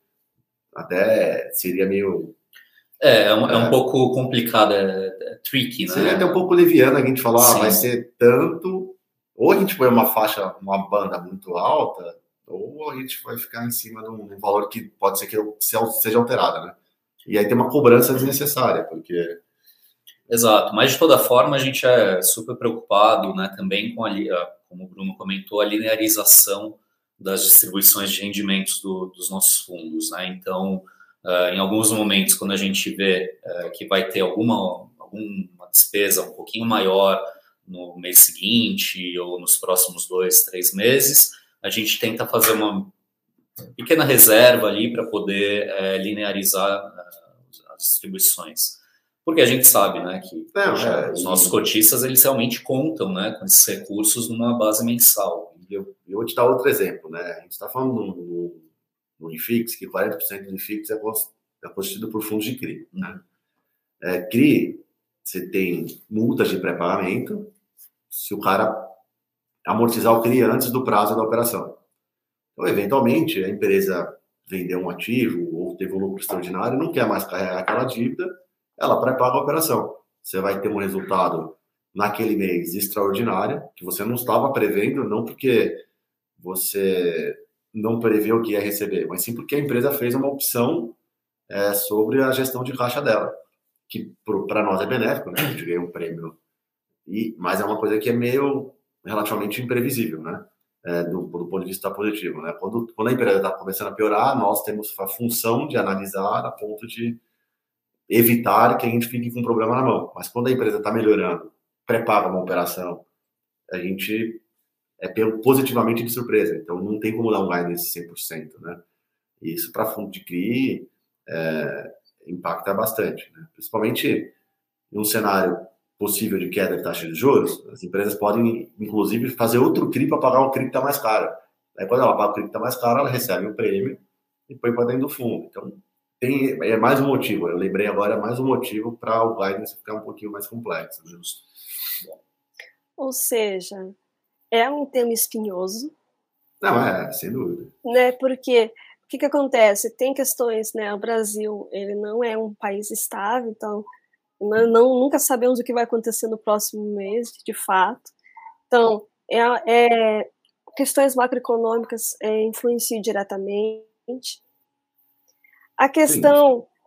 até seria meio... É, é um, é, é um pouco complicado, é, é tricky, né? Seria até um pouco leviano a gente falar, ah, vai ser tanto... Ou a gente põe uma faixa, uma banda muito alta, ou a gente vai ficar em cima de um valor que pode ser que seja alterado, né? E aí tem uma cobrança desnecessária, porque... Exato, mas de toda forma a gente é super preocupado, né, também com, a, como o Bruno comentou, a linearização das distribuições de rendimentos do, dos nossos fundos, né? Então, uh, em alguns momentos, quando a gente vê uh, que vai ter alguma, alguma despesa um pouquinho maior no mês seguinte ou nos próximos dois, três meses, a gente tenta fazer uma pequena reserva ali para poder uh, linearizar uh, as distribuições. Porque a gente sabe, né, que Não, poxa, é, os nossos cotistas, eles realmente contam, né, com esses recursos numa base mensal. Eu, eu vou te dar outro exemplo, né? A gente está falando no, no, no I F I X, que quarenta por cento do I F I X é, é constituído por fundos de C R I. Né? É, C R I, você tem multas de pré-pagamento se o cara amortizar o C R I antes do prazo da operação. Então, eventualmente, a empresa vendeu um ativo ou teve um lucro extraordinário, não quer mais carregar aquela dívida, ela pré-paga a operação. Você vai ter um resultado naquele mês extraordinário, que você não estava prevendo, não porque você não preveu o que ia receber, mas sim porque a empresa fez uma opção é, sobre a gestão de caixa dela, que para nós é benéfico, né? A gente ganha um prêmio, e, mas é uma coisa que é meio relativamente imprevisível, né? É, do, do ponto de vista positivo, né? Quando, quando a empresa está começando a piorar, nós temos a função de analisar a ponto de evitar que a gente fique com um problema na mão. Mas quando a empresa está melhorando, pré-paga uma operação, a gente é pego positivamente de surpresa. Então, não tem como dar um guidance cem por cento, né? E isso, para fundo de C R I, é, impacta bastante, né? Principalmente em um cenário possível de queda de taxa de juros, as empresas podem, inclusive, fazer outro C R I para pagar um C R I que está mais caro. Aí, quando ela paga o C R I que está mais caro, ela recebe um prêmio e põe para dentro do fundo. Então, tem, é mais um motivo, eu lembrei agora, é mais um motivo para o guidance ficar um pouquinho mais complexo. Né? Ou seja, é um tema espinhoso. Não, é, sem dúvida. Né, porque o que, que acontece? Tem questões, né? O Brasil, ele não é um país estável, então não, não, nunca sabemos o que vai acontecer no próximo mês, de fato. Então, é, é, questões macroeconômicas é, influenciam diretamente. A questão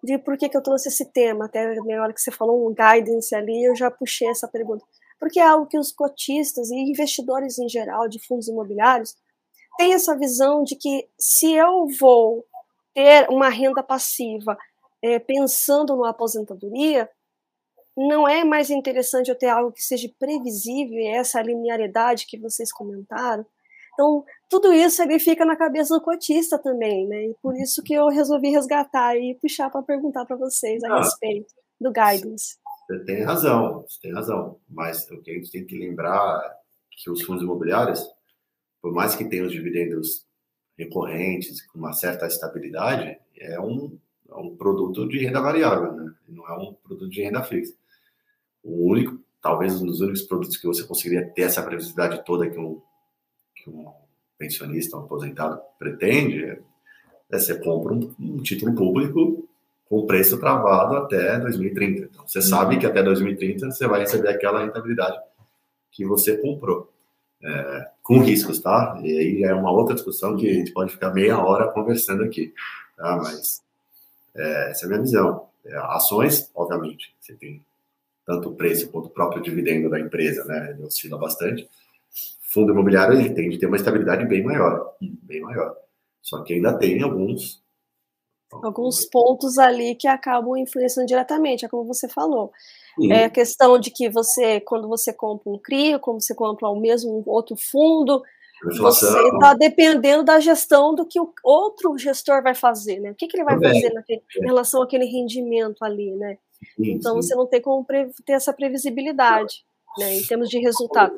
de por que, que eu trouxe esse tema. Até na hora que você falou um guidance ali, eu já puxei essa pergunta. Porque é algo que os cotistas e investidores em geral de fundos imobiliários têm essa visão de que se eu vou ter uma renda passiva é, pensando na aposentadoria, não é mais interessante eu ter algo que seja previsível, essa linearidade que vocês comentaram. Então, tudo isso ele fica na cabeça do cotista também, né? E por isso que eu resolvi resgatar e puxar para perguntar para vocês a ah, respeito do guidance. Você tem razão, você tem razão. Mas o que a gente tem que lembrar é que os fundos imobiliários, por mais que tenham os dividendos recorrentes, com uma certa estabilidade, é um, é um produto de renda variável, né? Não é um produto de renda fixa. O único, talvez um dos únicos produtos que você conseguiria ter essa previsibilidade toda que um, que um pensionista, um aposentado pretende, é, é você compra um, um título público com preço travado até dois mil e trinta. Então, você uhum. sabe que até dois mil e trinta você vai receber aquela rentabilidade que você comprou. É, com riscos, tá? E aí é uma outra discussão que a gente pode ficar meia hora conversando aqui, tá? Mas é, essa é a minha visão. É, ações, obviamente, você tem tanto o preço quanto o próprio dividendo da empresa, né? Ele oscila bastante. Fundo imobiliário, ele tende a ter uma estabilidade bem maior, bem maior. Só que ainda tem alguns... Alguns pontos ali que acabam influenciando diretamente, é como você falou. Sim. É a questão de que você, quando você compra um C R I, quando você compra o mesmo outro fundo, inflação. Você está dependendo da gestão do que o outro gestor vai fazer, né? O que, que ele vai Também. fazer naquele, é. em relação àquele rendimento ali, né? Sim, então, sim. você não tem como ter essa previsibilidade, né, em termos de resultado.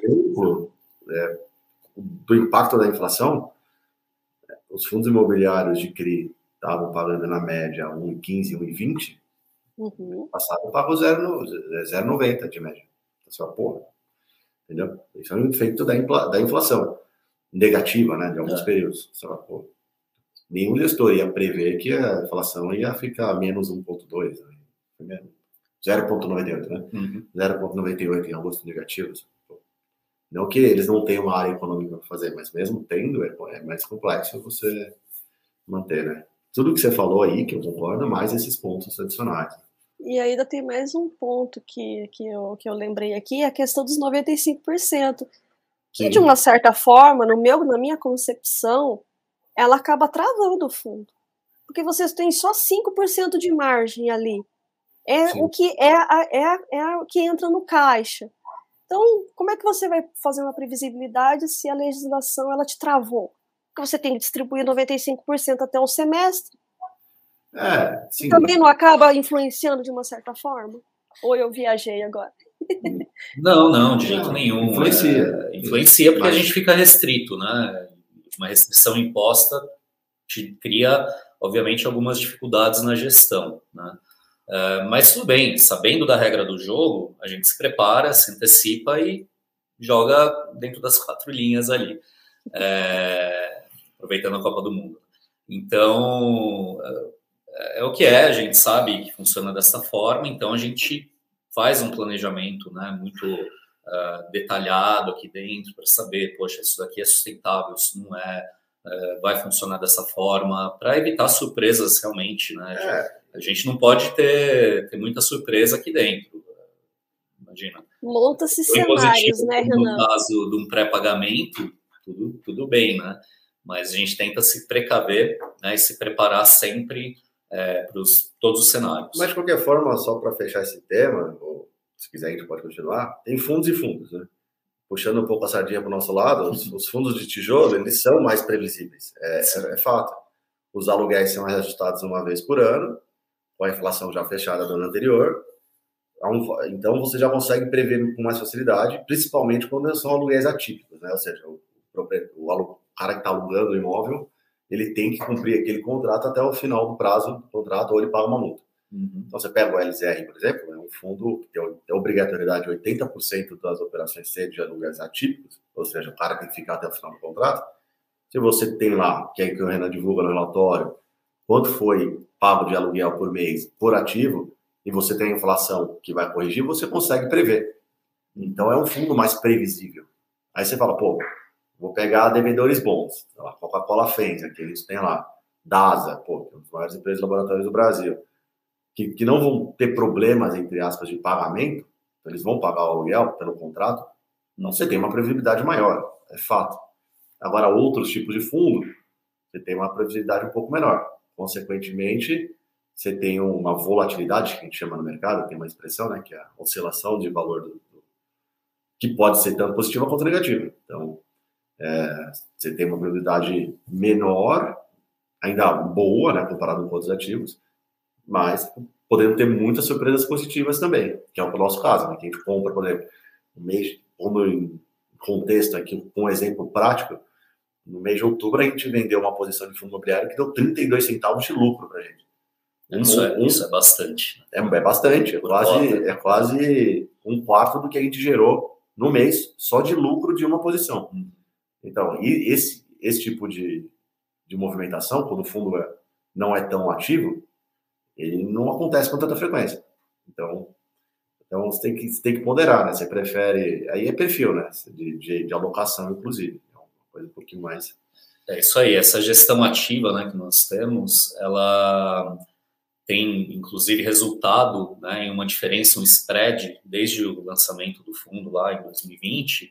É, do impacto da inflação, os fundos imobiliários de C R I estavam pagando na média um vírgula quinze, um vírgula vinte, uhum. Passado pagou zero vírgula noventa de média. Então, você porra, entendeu? Isso é um efeito da, da inflação negativa, né, de alguns é. períodos. Você fala, porra, nenhum gestor ia prever que a inflação ia ficar menos um vírgula dois, né? zero vírgula noventa e oito, né? Uhum. zero vírgula noventa e oito em agosto negativos. Não que eles não tenham uma área econômica para fazer, mas mesmo tendo, é mais complexo você manter, né? Tudo que você falou aí, que eu concordo, mais esses pontos adicionais. E ainda tem mais um ponto que, que, eu, que eu lembrei aqui, a questão dos noventa e cinco por cento. Que, Sim. de uma certa forma, no meu, na minha concepção, ela acaba travando o fundo. Porque vocês têm só cinco por cento de margem ali. É Sim. o que é, a, é, a, é a que entra no caixa. Então, como é que você vai fazer uma previsibilidade se a legislação ela te travou? Porque você tem que distribuir noventa e cinco por cento até o semestre. É, sim. E também não acaba influenciando de uma certa forma? Ou eu viajei agora? Não, não, de jeito não, nenhum. Influencia. É, influencia porque Mas... a gente fica restrito, né? Uma restrição imposta te cria, obviamente, algumas dificuldades na gestão, né? Uh, mas tudo bem, sabendo da regra do jogo, a gente se prepara, se antecipa e joga dentro das quatro linhas ali, é, aproveitando a Copa do Mundo. Então, é, é o que é, a gente sabe que funciona dessa forma, então a gente faz um planejamento, né, muito uh, detalhado aqui dentro para saber, poxa, isso daqui é sustentável, isso não é, uh, vai funcionar dessa forma, para evitar surpresas realmente, né? É. A gente não pode ter, ter muita surpresa aqui dentro. Imagina. Monta-se cenários, né, Renan? No caso de um pré-pagamento, tudo, tudo bem, né? Mas a gente tenta se precaver, né, e se preparar sempre é, para todos os cenários. Mas, de qualquer forma, só para fechar esse tema, ou se quiser a gente pode continuar, tem fundos e fundos, né? Puxando um pouco a sardinha para o nosso lado, os, os fundos de tijolo, eles são mais previsíveis. É, é, é fato. Os aluguéis são reajustados uma vez por ano, com a inflação já fechada do ano anterior. Então, você já consegue prever com mais facilidade, principalmente quando são aluguéis atípicos, né? Ou seja, o, o, o cara que está alugando o imóvel, ele tem que cumprir aquele contrato até o final do prazo do contrato, ou ele paga uma multa. Uhum. Então, você pega o L Z R, por exemplo, é um fundo que tem obrigatoriedade de oitenta por cento das operações C de aluguéis atípicos, ou seja, o cara tem que ficar até o final do contrato. Se você tem lá, que é que o Renan divulga no relatório, quanto foi pago de aluguel por mês por ativo, e você tem a inflação que vai corrigir, você consegue prever. Então, é um fundo mais previsível. Aí você fala, pô, vou pegar devedores bons. A Coca-Cola Fenza, que eles têm lá. DASA, pô, que é uma das maiores empresas de laboratórios do Brasil. que, que não vão ter problemas, entre aspas, de pagamento, então eles vão pagar o aluguel pelo contrato, então você tem uma previsibilidade maior, é fato. Agora, outros tipos de fundo, você tem uma previsibilidade um pouco menor. Consequentemente, você tem uma volatilidade, que a gente chama no mercado, tem uma expressão, né, que é a oscilação de valor, do, do, que pode ser tanto positiva quanto negativa. Então, é, você tem uma previsibilidade menor, ainda boa, né, comparado com outros ativos, mas podendo ter muitas surpresas positivas também, que é o nosso caso, né, que a gente compra, por exemplo, no mês, pondo em contexto aqui, com um exemplo prático, no mês de outubro a gente vendeu uma posição de fundo imobiliário que deu trinta e dois centavos de lucro para a gente. Um, isso, é, um, isso é bastante. É, é bastante, é quase, é quase um quarto do que a gente gerou no mês só de lucro de uma posição. Hum. Então, e esse, esse tipo de, de movimentação, quando o fundo é, não é tão ativo, ele não acontece com tanta frequência. Então, então você, tem que, você tem que ponderar, né? Você prefere... Aí é perfil, né? De, de, de alocação, inclusive. É uma coisa um pouquinho mais... É isso aí. Essa gestão ativa, né, que nós temos, ela tem, inclusive, resultado, né, em uma diferença, um spread, desde o lançamento do fundo lá em dois mil e vinte,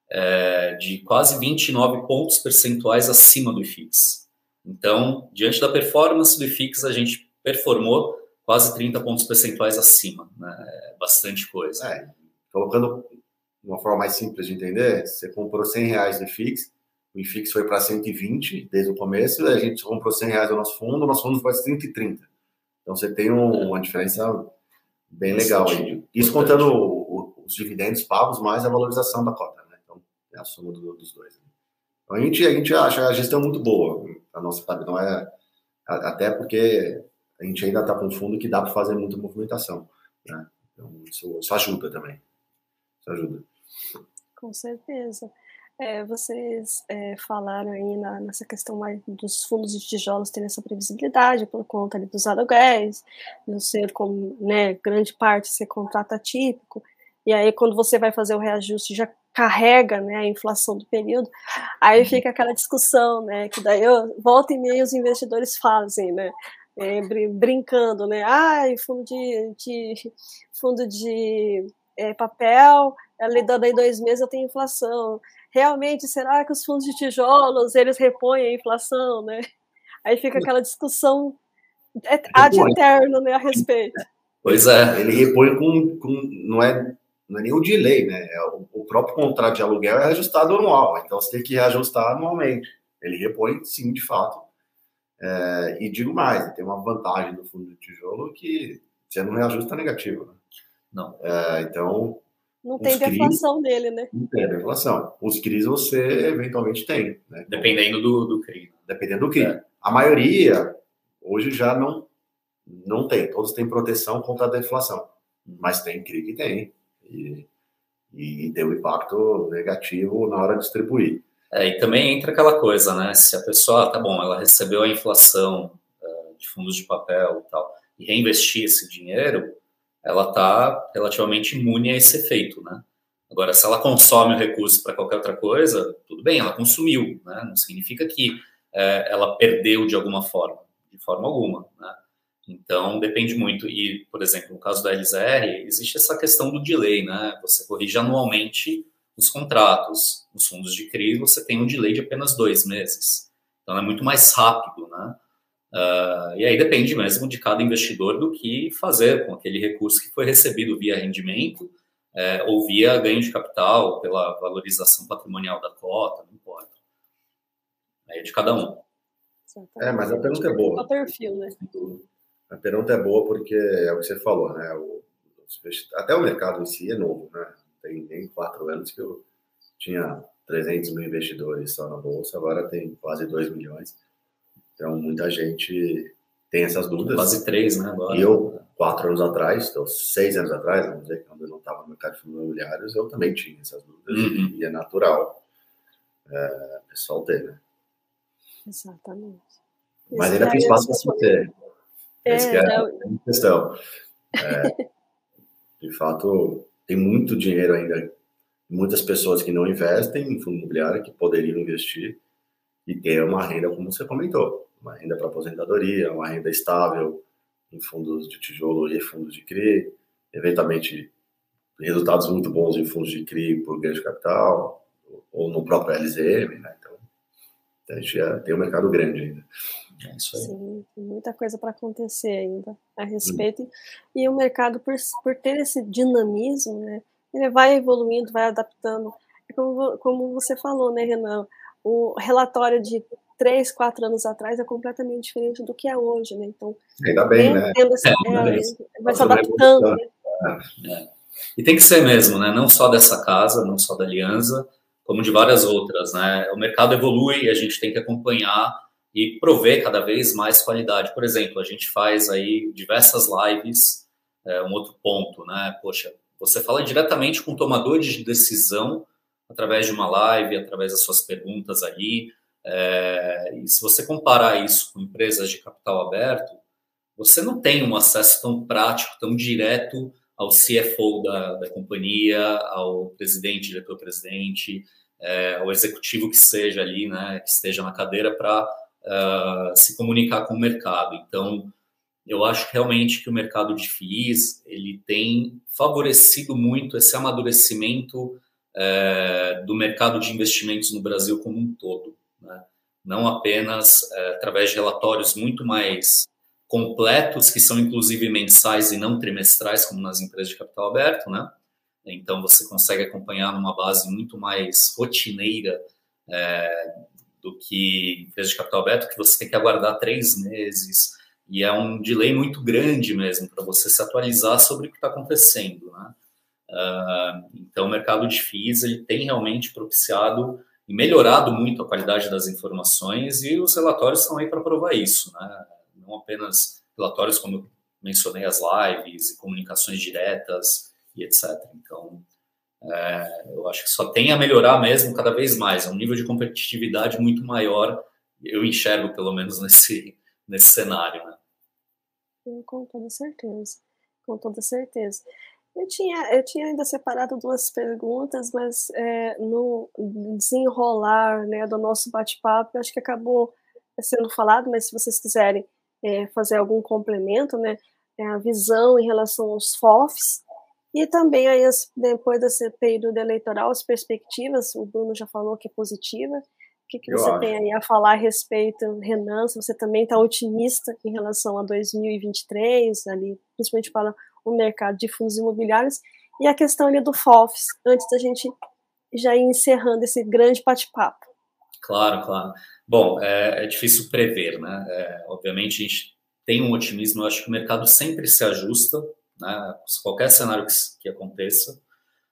é, de quase vinte e nove pontos percentuais acima do I F I X. Então, diante da performance do I F I X, a gente performou quase trinta pontos percentuais acima, né? É bastante coisa. É, colocando de uma forma mais simples de entender, você comprou cem reais do I F I X, o I F I X foi para cento e vinte desde o começo, e a gente comprou cem reais do nosso fundo, o nosso fundo foi trinta e trinta. Então você tem um, uma diferença bem legal aí. Isso contando o, o, os dividendos pagos mais a valorização da cota, né? Então é a soma do, dos dois. Então a gente, a gente acha a gestão muito boa, a nossa, sabe? Não é, até porque a gente ainda está com um fundo que dá para fazer muita movimentação, né? Então isso, isso ajuda também. Isso ajuda. Com certeza. É, vocês é, falaram aí na, nessa questão mais dos fundos de tijolos terem essa previsibilidade por conta ali, dos aluguéis, não ser como, né, grande parte ser contrato atípico, e aí quando você vai fazer o reajuste já carrega, né, a inflação do período, aí fica aquela discussão, né, que daí eu, volta e meia os investidores fazem, né, é, brincando, né, ai, fundo de, de fundo de é, papel, ali dando aí dois meses eu tenho inflação. Realmente, será que os fundos de tijolos, eles repõem a inflação, né? Aí fica aquela discussão ad eterno, né, a respeito. Pois é. Ele repõe com, com não, é, não é nem o delay, né? É o, o próprio contrato de aluguel é ajustado anual, então você tem que reajustar anualmente. Ele repõe, sim, de fato. É, e digo mais, tem uma vantagem do fundo de tijolo que você não reajusta negativo, né? Não. É, então... Não tem deflação dele, né? Não tem deflação. Os C R Is você eventualmente tem, né? Dependendo do, do C R I. Dependendo do C R I. É. A maioria, hoje já não, não tem. Todos têm proteção contra a deflação. Mas tem C R I que tem. E, e tem um impacto negativo na hora de distribuir. É, e também entra aquela coisa, né? Se a pessoa, tá bom, ela recebeu a inflação uh, de fundos de papel e tal, e reinvestir esse dinheiro, ela está relativamente imune a esse efeito, né? Agora, se ela consome o recurso para qualquer outra coisa, tudo bem, ela consumiu, né? Não significa que é, ela perdeu de alguma forma, de forma alguma, né? Então, depende muito. E, por exemplo, no caso da L Z R, existe essa questão do delay, né? Você corrige anualmente os contratos. Nos fundos de C R I, você tem um delay de apenas dois meses. Então, é muito mais rápido, né? Uh, e aí depende mesmo de cada investidor do que fazer com aquele recurso que foi recebido via rendimento é, ou via ganho de capital, pela valorização patrimonial da cota, não importa. Aí é de cada um. É, mas a pergunta é boa. O perfil, né? A pergunta é boa porque é o que você falou, né? O, até o mercado em si é novo, né? Tem nem quatro anos que eu tinha trezentos mil investidores só na bolsa, agora tem quase dois milhões. Então, muita gente tem essas dúvidas. Quase três, né? Agora. E eu, quatro anos atrás, então, seis anos atrás, vamos dizer, quando eu não estava no mercado de fundos imobiliários, eu também tinha essas dúvidas. Uhum. E é natural é, o pessoal ter, né? Exatamente. Mas ainda tem espaço para se ter. É, Essa é a não... questão. É, de fato, tem muito dinheiro ainda, muitas pessoas que não investem em fundo imobiliário, que poderiam investir e ter uma renda, como você comentou. Uma renda para aposentadoria, uma renda estável, em fundos de tijolo e fundos de C R I, eventualmente resultados muito bons em fundos de C R I por ganho de capital, ou no próprio L Z M, né? Então, a gente já tem um mercado grande ainda. É isso aí. Sim, tem muita coisa para acontecer ainda a respeito. Hum. E o mercado, por, por ter esse dinamismo, né, ele vai evoluindo, vai adaptando. É como, como você falou, né, Renan? O relatório de três, quatro anos atrás é completamente diferente do que é hoje, né? Então, ainda bem, né? Essa, é, é, vai se adaptando, né? É. E tem que ser mesmo, né? Não só dessa casa, não só da Alianza, como de várias outras, né? O mercado evolui e a gente tem que acompanhar e prover cada vez mais qualidade. Por exemplo, a gente faz aí diversas lives, é, um outro ponto, né? Poxa, você fala diretamente com tomadores de decisão através de uma live, através das suas perguntas ali. É, e se você comparar isso com empresas de capital aberto, você não tem um acesso tão prático, tão direto ao C F O da, da companhia, ao presidente, diretor-presidente, é, ao executivo que seja ali, né, que esteja na cadeira para uh, se comunicar com o mercado. Então, eu acho realmente que o mercado de F I Is ele tem favorecido muito esse amadurecimento é, do mercado de investimentos no Brasil como um todo, né? Não apenas é, através de relatórios muito mais completos, que são inclusive mensais e não trimestrais, como nas empresas de capital aberto, né? Então você consegue acompanhar numa base muito mais rotineira é, do que empresas de capital aberto, que você tem que aguardar três meses, e é um delay muito grande mesmo para você se atualizar sobre o que está acontecendo, né? Uh, então o mercado de F I Is ele tem realmente propiciado e melhorado muito a qualidade das informações, e os relatórios estão aí para provar isso, né? Não apenas relatórios, como eu mencionei, as lives e comunicações diretas e etcétera. Então, é, eu acho que só tem a melhorar mesmo cada vez mais. É um nível de competitividade muito maior, eu enxergo, pelo menos, nesse, nesse cenário, né? Com toda certeza, com toda certeza. Eu tinha, eu tinha ainda separado duas perguntas, mas é, no desenrolar, né, do nosso bate-papo, acho que acabou sendo falado, mas se vocês quiserem é, fazer algum complemento, né, é a visão em relação aos F O Fs, e também aí, as, depois desse período eleitoral, as perspectivas, o Bruno já falou que é positiva. O que, que você tem aí a falar a respeito, Renan? Se você também está otimista em relação a dois mil e vinte e três, ali, principalmente para o mercado de fundos imobiliários, e a questão ali do F O Fs, antes da gente já ir encerrando esse grande bate-papo. Claro, claro. Bom, é, é difícil prever, né? É, obviamente a gente tem um otimismo, eu acho que o mercado sempre se ajusta, né? Qualquer cenário que, que aconteça.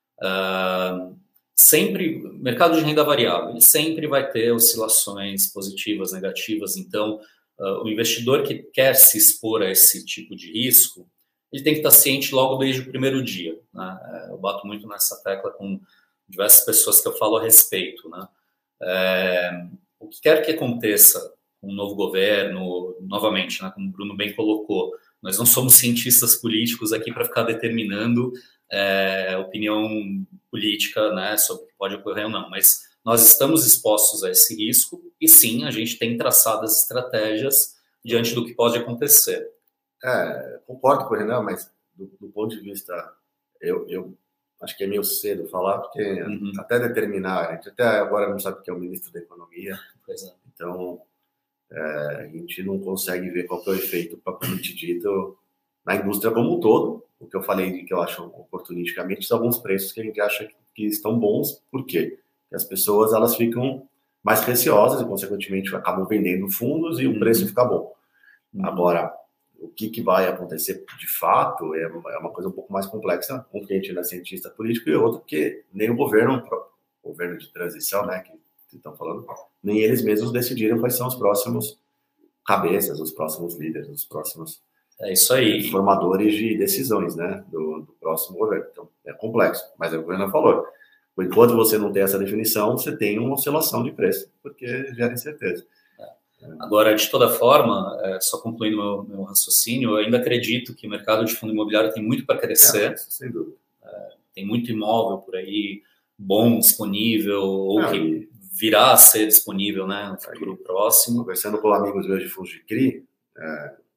Uh, sempre, mercado de renda variável, ele sempre vai ter oscilações positivas, negativas, então uh, o investidor que quer se expor a esse tipo de risco, ele tem que estar ciente logo desde o primeiro dia, né? Eu bato muito nessa tecla com diversas pessoas que eu falo a respeito, né? É, o que quer que aconteça com um novo governo, novamente, né, como o Bruno bem colocou, nós não somos cientistas políticos aqui para ficar determinando é, opinião política, né, sobre o que pode ocorrer ou não, mas nós estamos expostos a esse risco e sim, a gente tem traçado as estratégias diante do que pode acontecer. É, concordo com o Renan, mas do, do ponto de vista, eu, eu acho que é meio cedo falar, porque uhum. até determinar, a gente até agora não sabe o que é o ministro da Economia, pois é. Então é, a gente não consegue ver qual que é o efeito propriamente dito na indústria como um todo. O que eu falei de que eu acho oportunisticamente são alguns preços que a gente acha que estão bons, por quê? Porque as pessoas elas ficam mais receosas e, consequentemente, acabam vendendo fundos e o uhum. preço fica bom. Uhum. Agora, o que, que vai acontecer de fato é uma coisa um pouco mais complexa. Um cliente é cientista político e outro porque nem o governo, o governo de transição, né, que estão falando, nem eles mesmos decidiram quais são os próximos cabeças, os próximos líderes, os próximos é isso aí. formadores de decisões, né, do, do próximo governo. Então, é complexo, mas é o que o Renan falou. Enquanto você não tem essa definição, você tem uma oscilação de preço, porque gera incerteza. Agora, de toda forma, é, só concluindo meu, meu raciocínio, eu ainda acredito que o mercado de fundo imobiliário tem muito para crescer. É, sem dúvida. É, tem muito imóvel por aí, bom, disponível, ou é, que virá a ser disponível, né, no futuro aí, próximo. Conversando com amigos meus de fundos de C R I, é,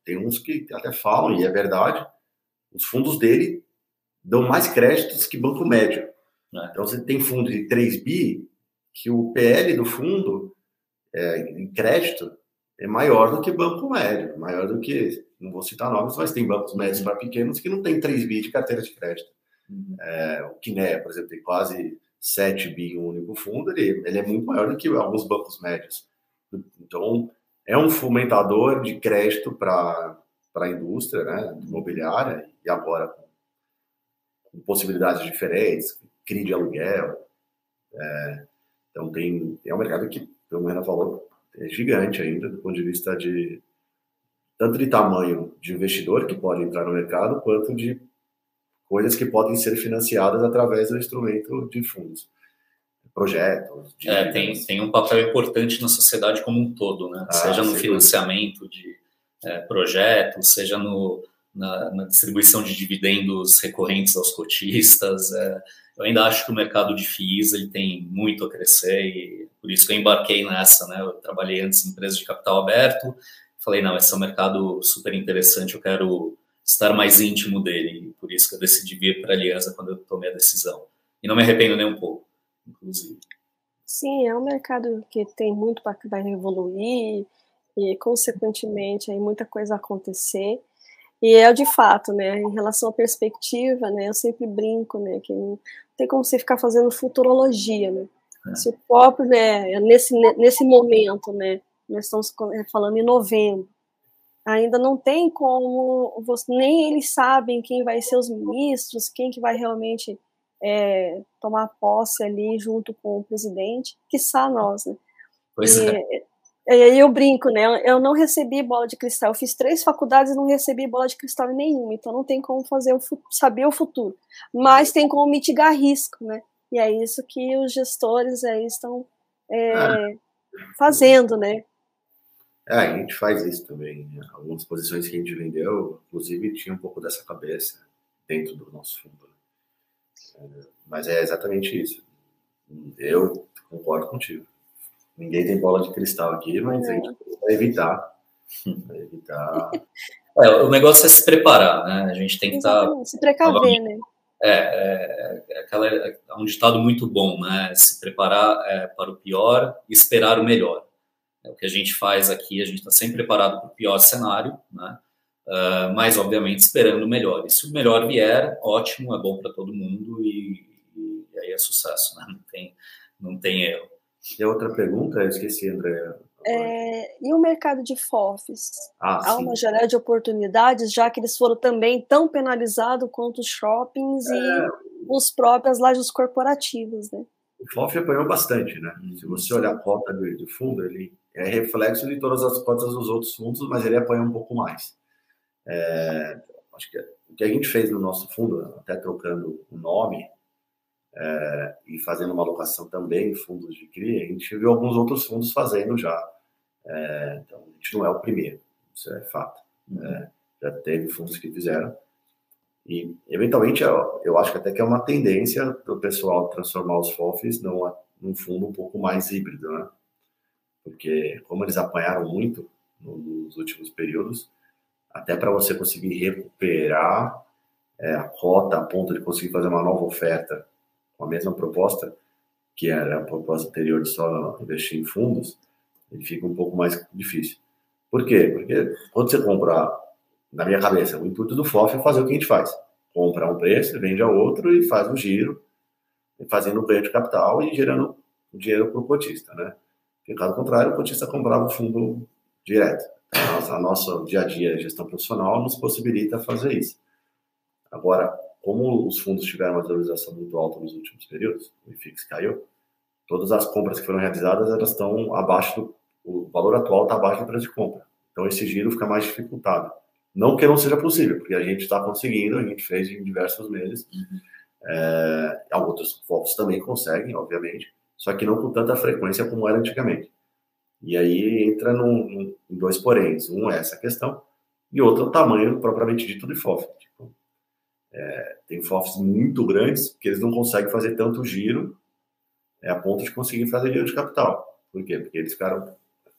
tem uns que até falam, e é verdade, os fundos dele dão mais créditos que banco médio. É. Então, você tem fundo de três bi, que o P L do fundo, é, em crédito, é maior do que banco médio, maior do que, não vou citar nomes, mas tem bancos médios para pequenos que não tem três bi de carteira de crédito. Uhum. É, o Quiné, por exemplo, tem quase sete bi em um único fundo, ele, ele é muito maior do que alguns bancos médios. Então, é um fomentador de crédito para a indústria, né, imobiliária, e agora com, com possibilidades diferentes, C R I de aluguel. É, então, tem, é um mercado que, como o Renan falou, é gigante ainda, do ponto de vista de tanto de tamanho de investidor que pode entrar no mercado, quanto de coisas que podem ser financiadas através do instrumento de fundos, projetos. É, tem, tem um papel importante na sociedade como um todo, né? Ah, seja no financiamento de é, projetos, seja no, na, na distribuição de dividendos recorrentes aos cotistas. É, eu ainda acho que o mercado de F I Is ele tem muito a crescer e por isso que eu embarquei nessa, né? Eu trabalhei antes em empresas de capital aberto, falei, não, esse é um mercado super interessante, eu quero estar mais íntimo dele, e por isso que eu decidi vir para a Aliança quando eu tomei a decisão. E não me arrependo nem um pouco, inclusive. Sim, é um mercado que tem muito para vai evoluir e, consequentemente, aí muita coisa acontecer. E é de fato, né, em relação à perspectiva, né, eu sempre brinco, né, que não tem como você ficar fazendo futurologia, né. É. Se o próprio, né, nesse, nesse momento, né, nós estamos falando em novembro, ainda não tem como, você, nem eles sabem quem vai ser os ministros, quem que vai realmente é, tomar posse ali junto com o presidente, quiçá nós, né. Pois e, é. E aí eu brinco, né, eu não recebi bola de cristal, eu fiz três faculdades e não recebi bola de cristal em nenhuma, então não tem como fazer o, saber o futuro, mas tem como mitigar risco, né, e é isso que os gestores aí estão é, ah. fazendo, né. É, a gente faz isso também, algumas posições que a gente vendeu, inclusive tinha um pouco dessa cabeça dentro do nosso fundo, né? Mas é exatamente isso, eu concordo contigo. Ninguém tem bola de cristal aqui, mas a gente vai evitar. Vai evitar. É, o negócio é se preparar, né? A gente tem que estar. Tá, se precaver, né? É, é, é, aquela, é um ditado muito bom, né? Se preparar é, para o pior e esperar o melhor. É o que a gente faz aqui, a gente está sempre preparado para o pior cenário, né? Uh, mas, obviamente, esperando o melhor. E se o melhor vier, ótimo, é bom para todo mundo e, e, e aí é sucesso, né? Não tem, não tem erro. E a outra pergunta, eu esqueci, André. É, e o mercado de F O Fs? Ah, Há sim. uma janela de oportunidades, já que eles foram também tão penalizados quanto os shoppings é... e os próprios lajes corporativos, né? O F O F apanhou bastante, né? Hum, Se você sim. olhar a cota do, do fundo, ele é reflexo de todas as cotas dos outros fundos, mas ele apanhou um pouco mais. É, acho que o que a gente fez no nosso fundo, até trocando o nome, É, e fazendo uma alocação também em fundos de C R I, a gente viu alguns outros fundos fazendo já. É, então, a gente não é o primeiro, isso é fato. É, já teve fundos que fizeram. E, eventualmente, eu, eu acho que até que é uma tendência do pessoal transformar os F O Fs num, num fundo um pouco mais híbrido, né? Porque, como eles apanharam muito nos últimos períodos, até para você conseguir recuperar é, a cota a ponto de conseguir fazer uma nova oferta com a mesma proposta, que era a proposta anterior de só investir em fundos, ele fica um pouco mais difícil. Por quê? Porque quando você compra, na minha cabeça, o intuito do F O F é fazer o que a gente faz. Compra um preço, vende a outro e faz um giro, fazendo ganho de capital e gerando dinheiro para o cotista, né? Porque, caso contrário, o cotista comprava o fundo direto. Então, a nossa dia a dia gestão profissional nos possibilita fazer isso. Agora, como os fundos tiveram uma valorização muito alta nos últimos períodos, o I F I X caiu, todas as compras que foram realizadas, elas estão abaixo do, o valor atual está abaixo do preço de compra. Então, esse giro fica mais dificultado. Não que não seja possível, porque a gente está conseguindo, a gente fez em diversos meses. Uhum. É, outros F O Fs também conseguem, obviamente, só que não com tanta frequência como era antigamente. E aí entra num, num, em dois poréns. Um é essa questão, e outro é o tamanho propriamente dito do F O F. Tipo, É, tem F O Fs muito grandes que eles não conseguem fazer tanto giro é, a ponto de conseguir fazer giro de capital. Por quê? Porque eles ficaram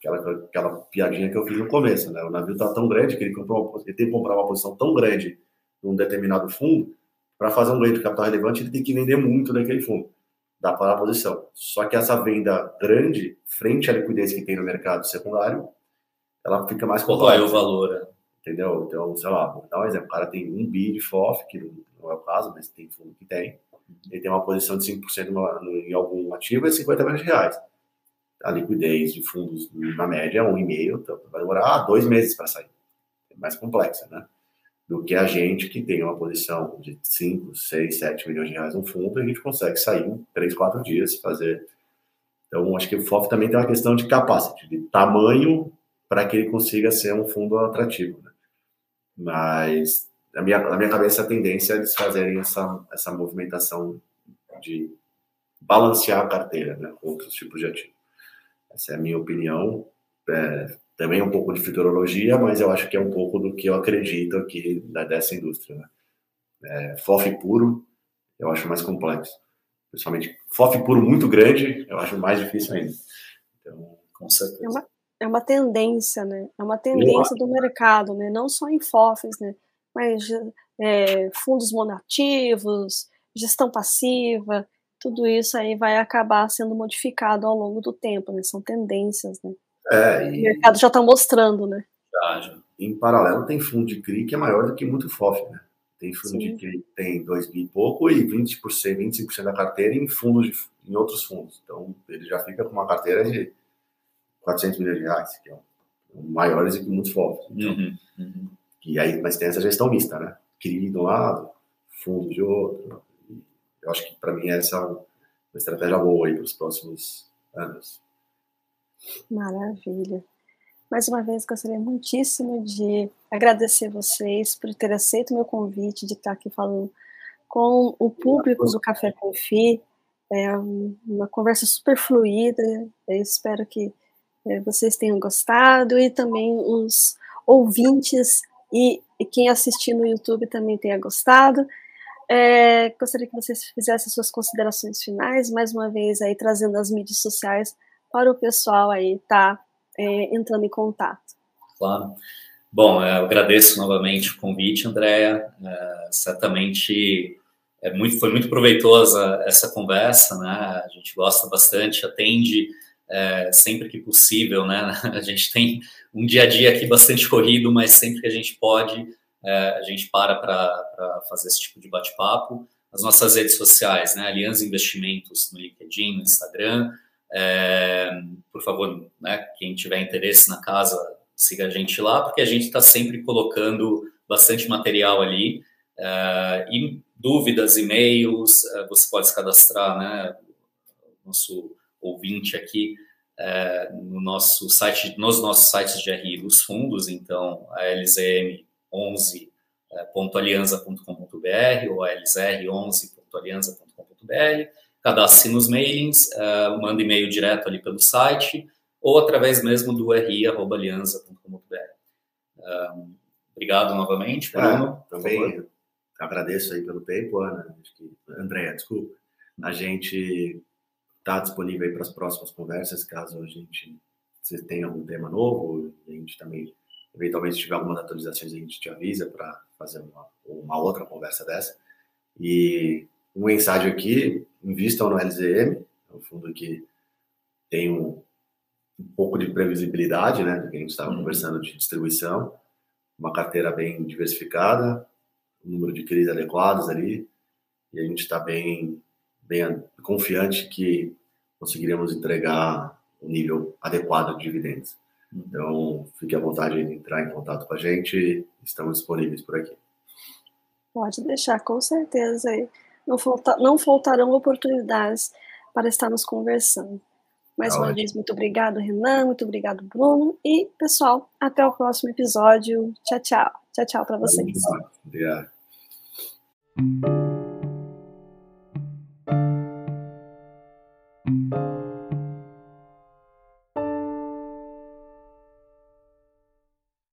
aquela, aquela piadinha que eu fiz no começo, né? O navio está tão grande que ele, comprou uma, ele tem que comprar uma posição tão grande num determinado fundo, para fazer um ganho de capital relevante, ele tem que vender muito daquele fundo, da para a posição. Só que essa venda grande, frente à liquidez que tem no mercado secundário, ela fica mais complexa. Qual é o valor? Entendeu? Então, sei lá, vou dar um exemplo. O cara tem um bi de F O F, que não é o caso, mas tem fundo que tem. Ele tem uma posição de cinco por cento em algum ativo, é cinquenta milhões de reais. A liquidez de fundos, na média, é um e meio, então vai demorar dois meses para sair. É mais complexa, né? Do que a gente que tem uma posição de cinco, seis, sete milhões de reais no fundo, a gente consegue sair em três, quatro dias, fazer. Então, acho que o F O F também tem uma questão de capacity, de tamanho, para que ele consiga ser um fundo atrativo, né? Mas, na minha, na minha cabeça, a tendência é eles fazerem essa, essa movimentação de balancear a carteira, né, com outros tipos de ativo. Essa é a minha opinião. É, também é um pouco de futurologia, mas eu acho que é um pouco do que eu acredito aqui dessa indústria, né? É, F O F puro, eu acho mais complexo. Principalmente F O F puro muito grande, eu acho mais difícil ainda. Então, com certeza. É uma, é uma tendência, né? É uma tendência do mercado, né? Não só em F O Fs, né? Mas é, fundos monativos, gestão passiva, tudo isso aí vai acabar sendo modificado ao longo do tempo, né? São tendências, né? É, e... O mercado já está mostrando, né? Já, já. Em paralelo, tem fundo de C R I que é maior do que muito F O F, né? Tem fundo Sim. de C R I que tem dois bi e pouco e vinte por cento, vinte e cinco por cento da carteira em fundos de, em outros fundos. Então, ele já fica com uma carteira de quatrocentos milhões de reais, que é um, maiores do que muitos F O Fs. Então, uhum, uhum. E aí, mas tem essa gestão mista, né? C R I de um lado, fundo de outro. Eu acho que, para mim, essa é uma estratégia boa aí para os próximos anos. Maravilha. Mais uma vez, gostaria muitíssimo de agradecer vocês por ter aceito o meu convite de estar aqui falando com o público do Café com F I. É uma conversa super fluida. Eu espero que é, vocês tenham gostado e também os ouvintes e, e quem assistir no YouTube também tenha gostado. É, gostaria que vocês fizessem suas considerações finais, mais uma vez aí trazendo as mídias sociais para o pessoal aí estar tá, é, entrando em contato. Claro. Bom, eu agradeço novamente o convite, Andréa. É, certamente é muito, foi muito proveitosa essa conversa, né? A gente gosta bastante, atende é, sempre que possível, né? A gente tem um dia a dia aqui bastante corrido, mas sempre que a gente pode, é, a gente para para fazer esse tipo de bate-papo. As nossas redes sociais, né? Alianza Investimentos no LinkedIn, no Instagram. É, por favor, né? Quem tiver interesse na casa, siga a gente lá, porque a gente está sempre colocando bastante material ali. Uh, e dúvidas, e-mails, uh, você pode se cadastrar, né, nosso ouvinte aqui, uh, no nosso site, nos nossos sites de R I dos fundos, então a L Z M onze ponto alianza ponto com ponto b r ou a L Z R onze ponto alianza ponto com ponto b r, cadastre-se nos mailings, uh, manda e-mail direto ali pelo site, ou através mesmo do r i arroba alianza ponto com ponto b r. Uh, obrigado novamente, Bruno. É, também agradeço aí pelo tempo, Ana, acho que, Andréa, desculpa. A gente está disponível aí para as próximas conversas, caso a gente você tenha algum tema novo, a gente também, eventualmente, se tiver algumas atualizações, a gente te avisa para fazer uma, uma outra conversa dessa. E um mensagem aqui, invistam no L Z M, é um fundo que tem um, um pouco de previsibilidade, né, do que a gente estava uhum. conversando de distribuição, uma carteira bem diversificada, um número de C R Is adequados ali, e a gente está bem, bem confiante que conseguiremos entregar um nível adequado de dividendos. Então, fique à vontade de entrar em contato com a gente, estamos disponíveis por aqui. Pode deixar, com certeza. Não, falta, não faltarão oportunidades para estarmos conversando. Mais tá uma ótimo. vez, muito obrigado, Renan, muito obrigado, Bruno, e, pessoal, até o próximo episódio. Tchau, tchau. Tchau, tchau para vocês. Obrigado.